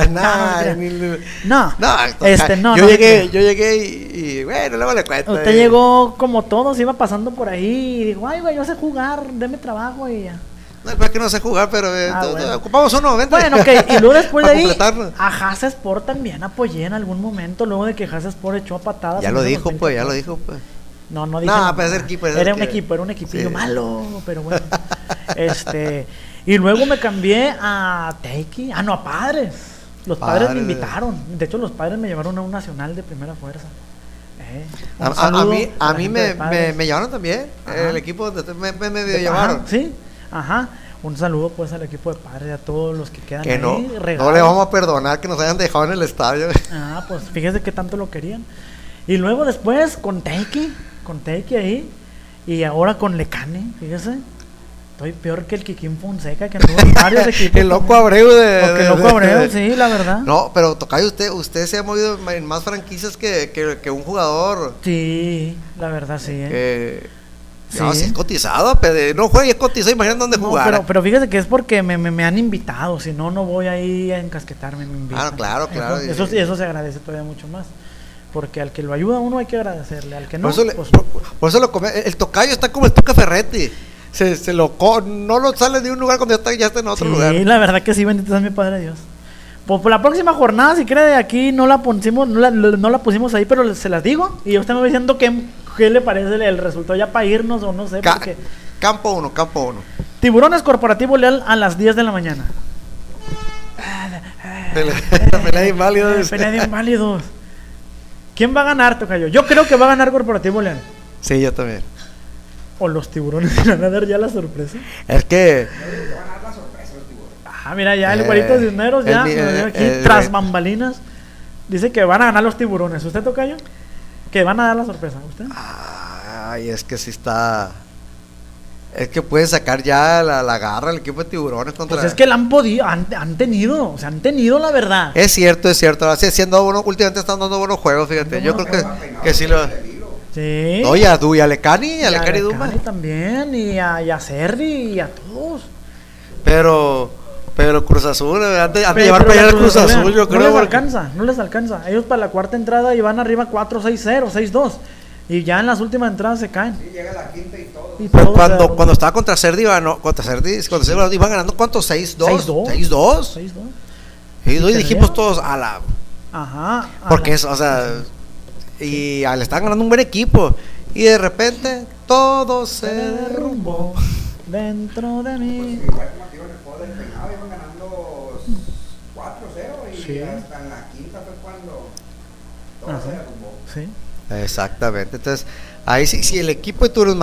No. Yo llegué y bueno, luego le cuento. Usted llegó como todos, iba pasando por ahí y dijo, ay, güey, yo sé jugar, deme trabajo y ya. No, es que no sé jugar, pero bueno. Ocupamos uno, vente. Bueno, ok, y luego después de ahí, a Haas Sport también apoyé en algún momento, luego de que Haas Sport echó a patadas. Ya lo dijo, pues. No dije. No, pues era equipo. Era un equipillo sí. Malo, pero bueno. Y luego me cambié a Teiki, a Padres. Los padres me invitaron. De hecho, los Padres me llevaron a un nacional de primera fuerza. A mí me llevaron también. El equipo me llevaron. Sí. Ajá, un saludo pues al equipo de Padres, a todos los que quedan ahí. No le vamos a perdonar que nos hayan dejado en el estadio. Pues fíjese que tanto lo querían. Y luego después con Teiki ahí. Y ahora con Lecani, fíjese. Estoy peor que el Kikín Fonseca, que anduvo en varios equipos. El Loco Abreu el Loco Abreu, sí, la verdad. No, pero tocayo, usted se ha movido en más franquicias que un jugador. Sí, la verdad, sí. Sí. No, si es cotizado, pero no juega y es cotizado, imagínate dónde jugar. Pero fíjese que es porque me han invitado, si no, no voy ahí a encasquetarme, me invitan. Claro. Eso se agradece todavía mucho más. Porque al que lo ayuda a uno hay que agradecerle, al que no, por eso lo come. El tocayo está como el Tuca Ferretti. No lo sale de un lugar cuando ya está en otro lugar. Sí, la verdad que sí, bendito sea mi Padre Dios. Por la próxima jornada, si quiere, de aquí no la pusimos ahí, pero se las digo. Y usted me va diciendo qué le parece el resultado ya para irnos o no sé. Campo 1. Tiburones Corporativo Leal a las 10 de la mañana. Pelea de inválidos. Pelea de inválidos. ¿Quién va a ganar, tocayo? Yo creo que va a ganar Corporativo Leal. Sí, yo también. ¿O los tiburones van a dar ya la sorpresa? Es que... mira, ya el güerito de Cisneros ya aquí tras bambalinas dice que van a ganar los tiburones. ¿Usted, tocayo? Que van a dar la sorpresa. ¿Usted? Ay, es que sí está... Es que pueden sacar ya la garra el equipo de tiburones contra... Pues es que la han podido, han tenido la verdad. Es cierto. Últimamente están dando buenos juegos, fíjate. Yo creo que sí lo... Sí. Oye, a Lecani Duma también, y a Serri y a todos. Pero Cruz Azul, han de llevar para allá el Cruz Azul, yo creo. No les alcanza. Ellos para la cuarta entrada iban arriba 4-6-0, 6-2. Y ya en las últimas entradas se caen. Sí, llega la quinta y todo. Pero cuando estaba contra Serdi, iban ganando, ¿cuántos? 6-2. 6-2. Y dijimos todos a la... Ajá. Porque eso, o sea... Y le estaban ganando un buen equipo. Y de repente todo se derrumbó dentro de mí. Pues igual como digo, en el juego del peinado iban ganando 4-0 y hasta en la quinta fue cuando todo se derrumbó. Sí. Exactamente. Entonces, ahí si el equipo de Tiburones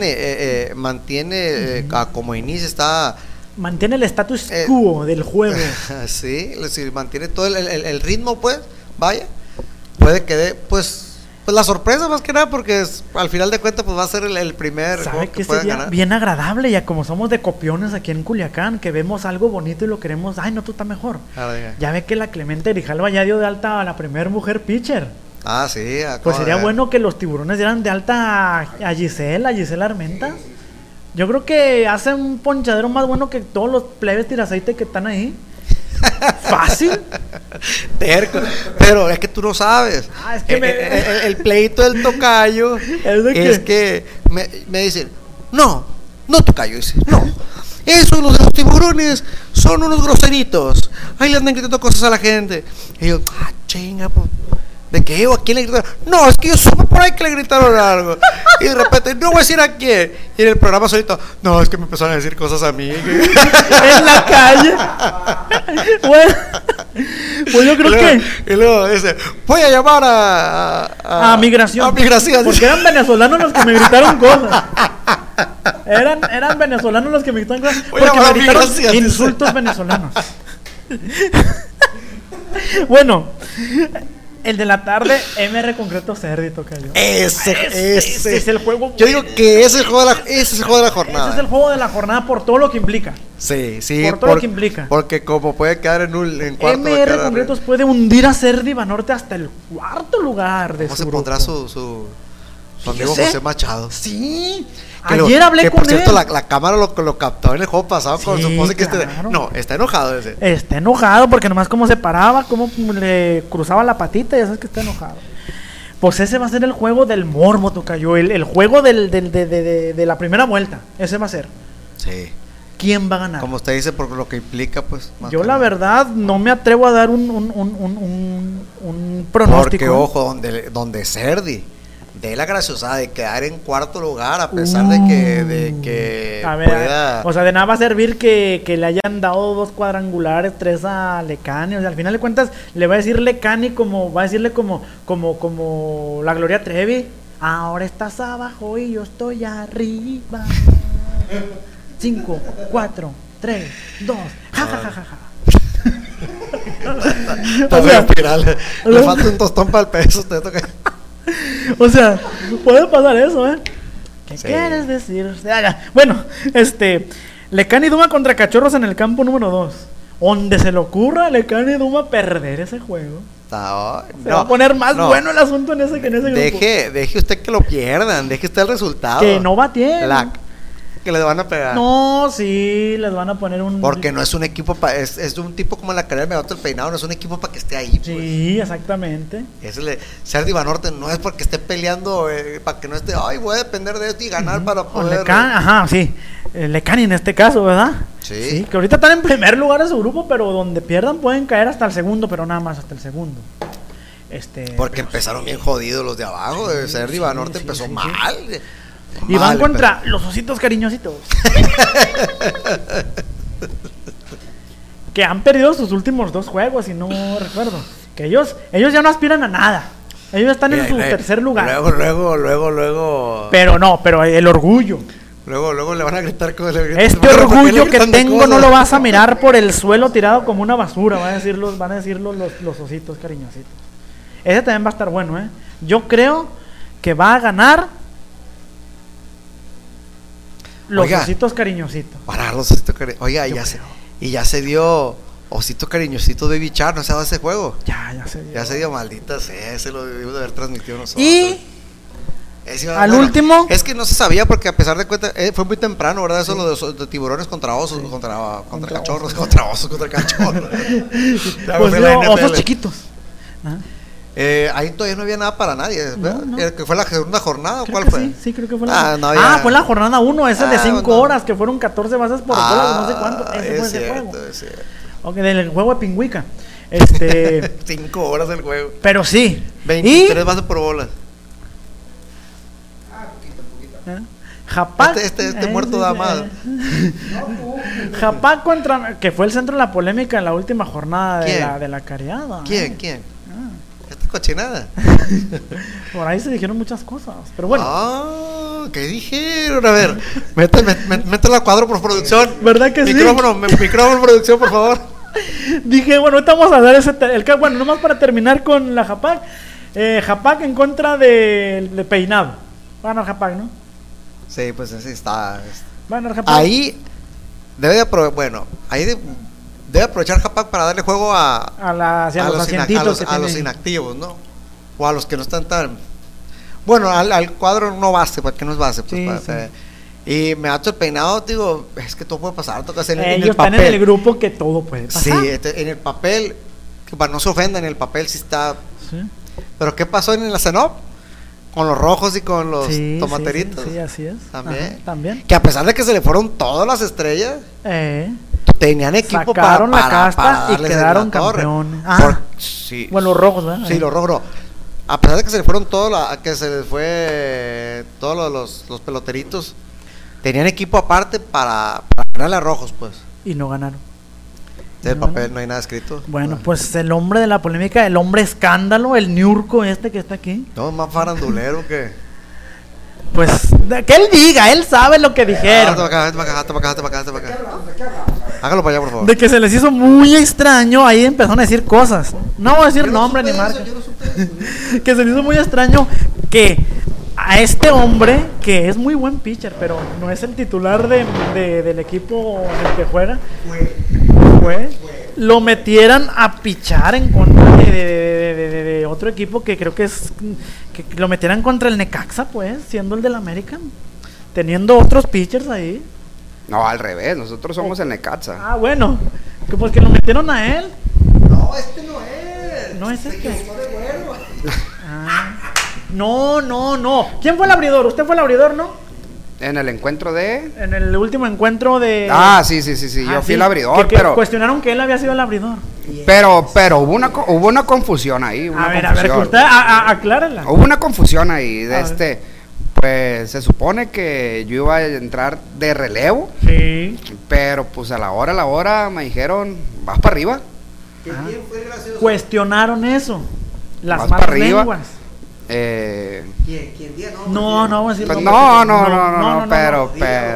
mantiene como inicia, mantiene el status quo del juego. Sí, si mantiene todo el ritmo, pues, vaya, puede que pues la sorpresa más que nada, porque al final de cuentas pues va a ser el primer juego que puedan ganar. Bien agradable, ya como somos de copiones aquí en Culiacán, que vemos algo bonito y lo queremos, no, tú estás mejor. Ya ve que la Clemente Grijalva ya dio de alta a la primer mujer pitcher. Sí. Pues sería bueno que los tiburones dieran de alta a Gisela Armenta. Yo creo que hace un ponchadero más bueno que todos los plebes tiraceite que están ahí. Fácil. Terco. Pero es que tú no sabes. Es que el pleito del tocayo es que me dicen, no tocayo, dice, no. Esos los de los tiburones son unos groseritos. Ahí le andan gritando cosas a la gente. Y yo, chinga, pues. ¿De qué? ¿O a quién le gritaron? No, es que yo supe por ahí que le gritaron algo. Y de repente, no voy a decir a quién. Y en el programa solito, no, es que me empezaron a decir cosas a mí. En la calle. Bueno, pues yo creo que... Y luego dice, voy a llamar a migración. A migración. Porque eran venezolanos los que me gritaron cosas. Eran venezolanos los que me gritaron cosas. Porque me gritaron insultos venezolanos. Bueno... El de la tarde, MR Concreto Cerdi, tocayo. Ese es el juego. Yo digo que ese es el juego de la jornada. Ese es el juego de la jornada por todo lo que implica. Sí. Por todo lo que implica. Porque como puede quedar en cuarto. MR Concretos puede hundir a Cerdi Banorte hasta el cuarto lugar de su grupo. ¿Cómo se pondrá su amigo José Machado? Sí. Ayer hablé con él. Por cierto, la cámara lo captó en el juego pasado con su pose que no, está enojado ese. Está enojado porque nomás como se paraba, como le cruzaba la patita, ya sabes que está enojado. Pues ese va a ser el juego del morbo, tocayo. El juego de la primera vuelta. Ese va a ser. Sí. ¿Quién va a ganar? Como usted dice, por lo que implica, pues. Yo la verdad no me atrevo a dar un pronóstico. Porque ojo, donde Cerdi de la graciosada de quedar en cuarto lugar, a pesar de que a ver, pueda... O sea, de nada va a servir que le hayan dado 2 cuadrangulares, 3 a Lecani. O sea, al final de cuentas le va a decir Lecani va a decirle como la Gloria Trevi. Ahora estás abajo y yo estoy arriba. 5, 4, 3, 2. Ja, ja, ja, ja, ja. Le falta un tostón para el peso, te toca. O sea, puede pasar eso, ¿Qué quieres decir? Bueno, Lecán y Duma contra Cachorros en el campo número 2. Donde se le ocurra a Lecán y Duma perder ese juego. Se va a poner más bueno el asunto en ese grupo. Deje usted que lo pierdan, deje usted el resultado. Que no batien. Que les van a pegar. No, sí, les van a poner un... Porque no es un equipo es un tipo como la carrera de Megato el Peinado, no es un equipo para que esté ahí. Sí, pues. Exactamente. Ser Divanorte no es porque esté peleando, para que no esté, voy a depender de esto y ganar para poder... Ajá, sí. Lecani en este caso, ¿verdad? Sí. Que ahorita están en primer lugar de su grupo, pero donde pierdan pueden caer hasta el segundo, pero nada más hasta el segundo. Porque empezaron bien jodidos los de abajo. Ser Divanorte empezó mal. Y van contra los ositos cariñositos. Que han perdido sus últimos 2 juegos, si no recuerdo. Que ellos ya no aspiran a nada. Ellos están en su tercer lugar. Luego. Pero el orgullo. Luego le van a gritar con orgullo que tengo no lo vas a mirar por el suelo tirado como una basura, van a decirlo los ositos cariñositos. Ese también va a estar bueno, Yo creo que va a ganar los ositos cariñositos. Para los ositos cariñositos. Oiga, ya se dio Osito Cariñosito Baby Char, ¿no se va ese juego? Ya se dio. Ya se dio, maldita sea, se lo debimos de haber transmitido nosotros. Y al último. Es que no se sabía porque a pesar de cuenta, fue muy temprano, ¿verdad? Eso lo de tiburones contra osos, contra cachorros, contra osos, contra cachorros. Pues osos chiquitos. Ahí todavía no había nada para nadie, no. ¿Que fue la segunda jornada o cuál fue? Sí, creo que fue la fue la jornada 1, esa de 5 horas, que fueron 14 bases por bola, no sé cuánto. Ese fue ese juego. Es cierto. Ok, del juego de Pingüica. 5 horas del juego. Pero sí. 23 bases por bola. Japac. Este muerto da más. Japac que fue el centro de la polémica en la última jornada de la Cariada. ¿Quién? Esta cochinada. Por ahí se dijeron muchas cosas, pero bueno. ¿Qué dijeron? A ver, mételo a cuadro por producción. ¿Verdad que micrófono, producción, por favor. Dije, bueno, ahorita vamos a dar bueno, nomás para terminar con la Japac. Japac en contra de Peinado. Va a ganar Japac, ¿no? Sí, pues así está. Va a ganar Japac. Ahí debe aprovechar Japac para darle juego a los inactivos, ¿no? O a los que no están tan... Bueno, al cuadro no base, porque no es base. Pues, sí. Y Megato el Peinado, digo, es que todo puede pasar. En ellos están en el grupo que todo puede pasar. Sí, en el papel, que para no se ofendan, en el papel sí está... Sí. Pero ¿qué pasó en la CENOP? Con los rojos y con los tomateritos. Sí, así es. También. Que a pesar de que se le fueron todas las estrellas, tenían equipo sacaron la casta y quedaron campeones. Bueno, los rojos, ¿verdad? Sí, los rojos. A pesar de que se le fueron que se les fue todos los peloteritos, tenían equipo aparte para ganarle a rojos, pues. Y no ganaron. Del papel no hay nada escrito. Bueno, pues el hombre de la polémica, el hombre escándalo, el ñurco que está aquí. No, más farandulero que... Pues, que él diga, él sabe lo que dijeron. Hazte para acá. Hágalo para allá, por favor. De que se les hizo muy extraño, ahí empezaron a decir cosas. No voy a decir nombre ni marca. Que se les hizo muy extraño que a este hombre, que es muy buen pitcher, pero no es el titular del equipo en el que juega, lo metieran a pichar en contra de otro equipo que creo que es que lo metieran contra el Necaxa, pues, siendo el del América, teniendo otros pitchers ahí. No, al revés, nosotros somos el Necaxa. Bueno, que pues que lo metieron a él. No, este no es. No es este. No. ¿Quién fue el abridor? ¿Usted fue el abridor, no? En el encuentro en el último encuentro de... Sí, yo fui el abridor, pero... cuestionaron que él había sido el abridor. Pero hubo una confusión ahí, A ver, que usted aclárela. Hubo una confusión ahí, pues se supone que yo iba a entrar de relevo. Sí. Pero pues a la hora me dijeron, vas para arriba. ¿Quién fue gracioso? Cuestionaron eso. Las vas para arriba. Lenguas. ¿Quién día? No, vamos a decir. No, pero.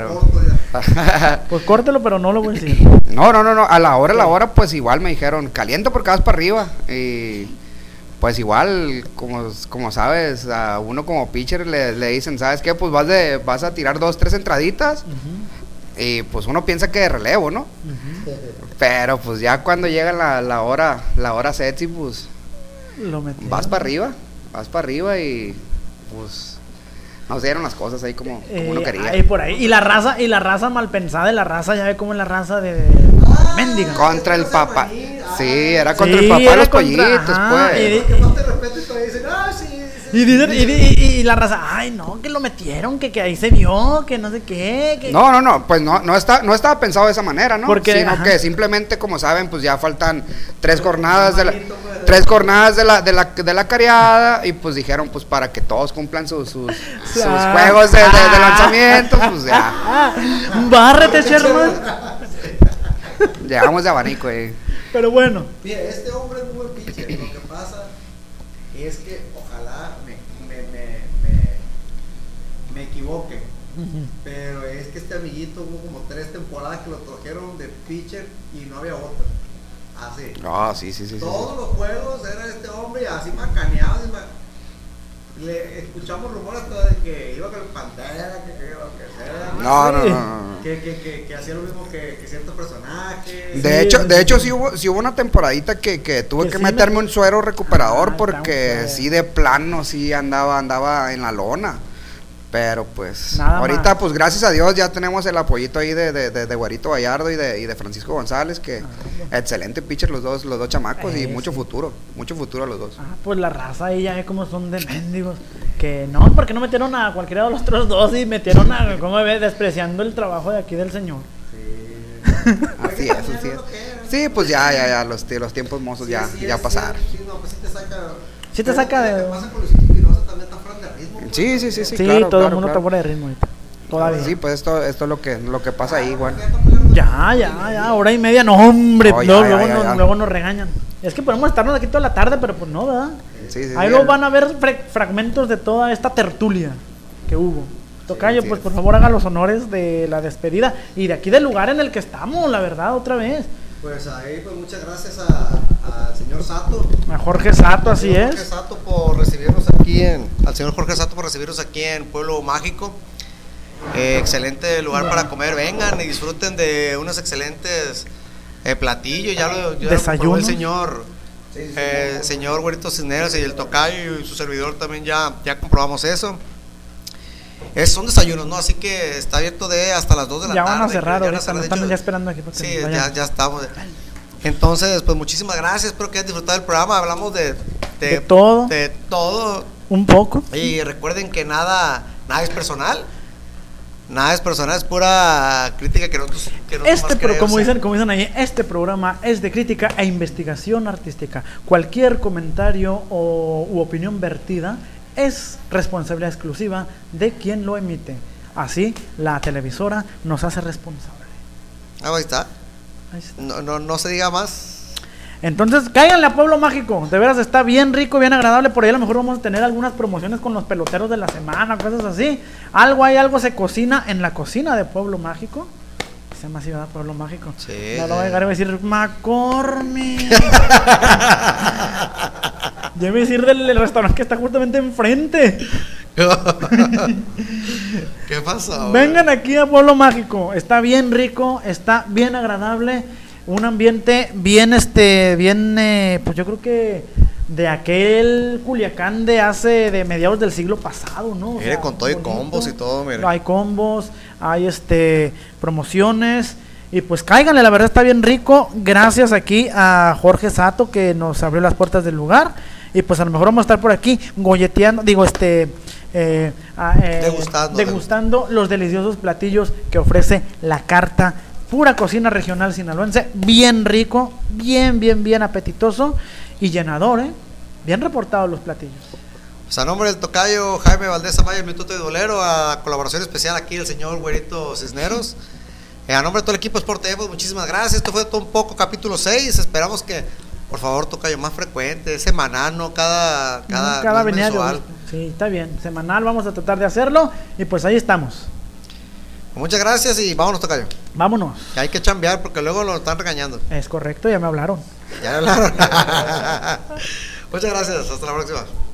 Pues córtelo, pero no lo voy a decir. No. A la hora, pues igual me dijeron, calienta porque vas para arriba. Y pues igual, como sabes, a uno como pitcher le dicen, ¿sabes qué? Pues vas a tirar 2, 3 entraditas. Y pues uno piensa que de relevo, ¿no? Pero pues ya cuando llega la hora sexy, pues vas para arriba y pues nos dieron las cosas ahí como uno quería. Ahí por ahí. Y la raza mal pensada, y la raza, ya ve cómo es la raza de mendiga. Contra el papá. Sí, era contra el papá de los pollitos, pues. Que más te repente y todavía dicen, sí. Y la raza, ay no, que lo metieron, que ahí se vio, que no sé qué. Que... No, pues no estaba pensado de esa manera, ¿no? Porque, sino que simplemente, como saben, pues ya faltan 3 jornadas de la cariada, y pues dijeron, pues para que todos cumplan sus juegos de lanzamiento, pues ya. Bárrete, Sherman. Llegamos de abanico, Pero bueno. Mira, este hombre es muy buen pitcher. Lo que pasa es que ojalá me equivoque. Pero es que este amiguito hubo como 3 temporadas que lo trajeron de pitcher y no había otro. Así. Sí. Todos los juegos era este hombre y así macaneado. Le escuchamos rumores hasta de que iba con el Pantera, que hacía lo mismo que ciertos personajes. De hecho sí hubo una temporadita que tuve que meterme un suero recuperador porque sí de plano sí andaba en la lona. Pero pues nada ahorita más. Pues gracias a Dios ya tenemos el apoyito ahí de Guarito Gallardo y de Francisco González, que excelente pitcher los dos chamacos, y mucho futuro a los dos. Pues la raza ahí ya ve cómo son de mendigos, que no, porque no metieron a cualquiera de los otros dos y metieron a, ¿cómo ves? Despreciando el trabajo de aquí del señor. Así es. Sí, pues ya los tiempos mozos ya pasaron. Sí te saca de... Sí, claro, todo el mundo está fuera de ritmo ahorita. Todavía. Sí, pues esto es lo que pasa ahí, igual. Ya, hora y media, no, hombre. No, luego nos regañan. Es que podemos estarnos aquí toda la tarde, pero pues no, ¿verdad? Sí, ahí luego van a ver fragmentos de toda esta tertulia que hubo. Tocayo, pues por favor haga los honores de la despedida y de aquí del lugar en el que estamos, la verdad, otra vez. Pues ahí, pues muchas gracias al señor Sato. A Jorge Sato, así es. Jorge Sato por recibirnos aquí al señor Jorge Sato por recibirnos aquí en Pueblo Mágico. Excelente lugar para comer. Vengan y disfruten de unos excelentes platillos. Ya lo desayuno. El señor Güerito Cisneros y el Tocayo y su servidor también ya comprobamos eso. Son desayunos, ¿no? Así que está abierto hasta las 2 de la tarde. Ya van a cerrar ahorita, nos están ya esperando aquí. Sí, ya estamos. Entonces, pues muchísimas gracias, espero que hayan disfrutado del programa. Hablamos de todo. De todo. Un poco. Y recuerden que nada es personal. Nada es personal, es pura crítica que nosotros pero como dicen ahí, este programa es de crítica e investigación artística. Cualquier comentario u opinión vertida es responsabilidad exclusiva de quien lo emite. Así la televisora nos hace responsable. Ahí está. No se diga más. Entonces cáiganle a Pueblo Mágico, de veras está bien rico, bien agradable. Por ahí a lo mejor vamos a tener algunas promociones con los peloteros de la semana, cosas así. Algo se cocina en la cocina de Pueblo Mágico. Se llama Ciudad Pueblo Mágico. Sí. No lo voy a llegar a decir McCormick. Ya me decir del restaurante que está justamente enfrente. ¿Qué pasó? Vengan aquí a Pueblo Mágico, está bien rico, está bien agradable, un ambiente bien pues yo creo que de aquel Culiacán de mediados del siglo pasado, ¿no? Mire, con todo y combos y todo, mire. Hay combos, hay promociones. Y pues cáiganle, la verdad está bien rico. Gracias aquí a Jorge Sato que nos abrió las puertas del lugar. Y pues a lo mejor vamos a estar por aquí golleteando, degustando los deliciosos platillos que ofrece la carta. Pura cocina regional sinaloense, bien rico, bien apetitoso y llenador, bien reportados los platillos. Pues a nombre del Tocayo Jaime Valdés Amaya, el Minuto de Dolero, a colaboración especial aquí el señor Güerito Cisneros. A nombre de todo el equipo Sport TV, muchísimas gracias. Esto fue todo un poco capítulo 6. Esperamos que, por favor, Tocayo, más frecuente, semanal, no cada mensual. Sí, está bien, semanal vamos a tratar de hacerlo. Y pues ahí estamos. Muchas gracias y vámonos, Tocayo. Vámonos. Que hay que chambear porque luego lo están regañando. Es correcto, ya me hablaron. Ya me hablaron. Muchas gracias, hasta la próxima.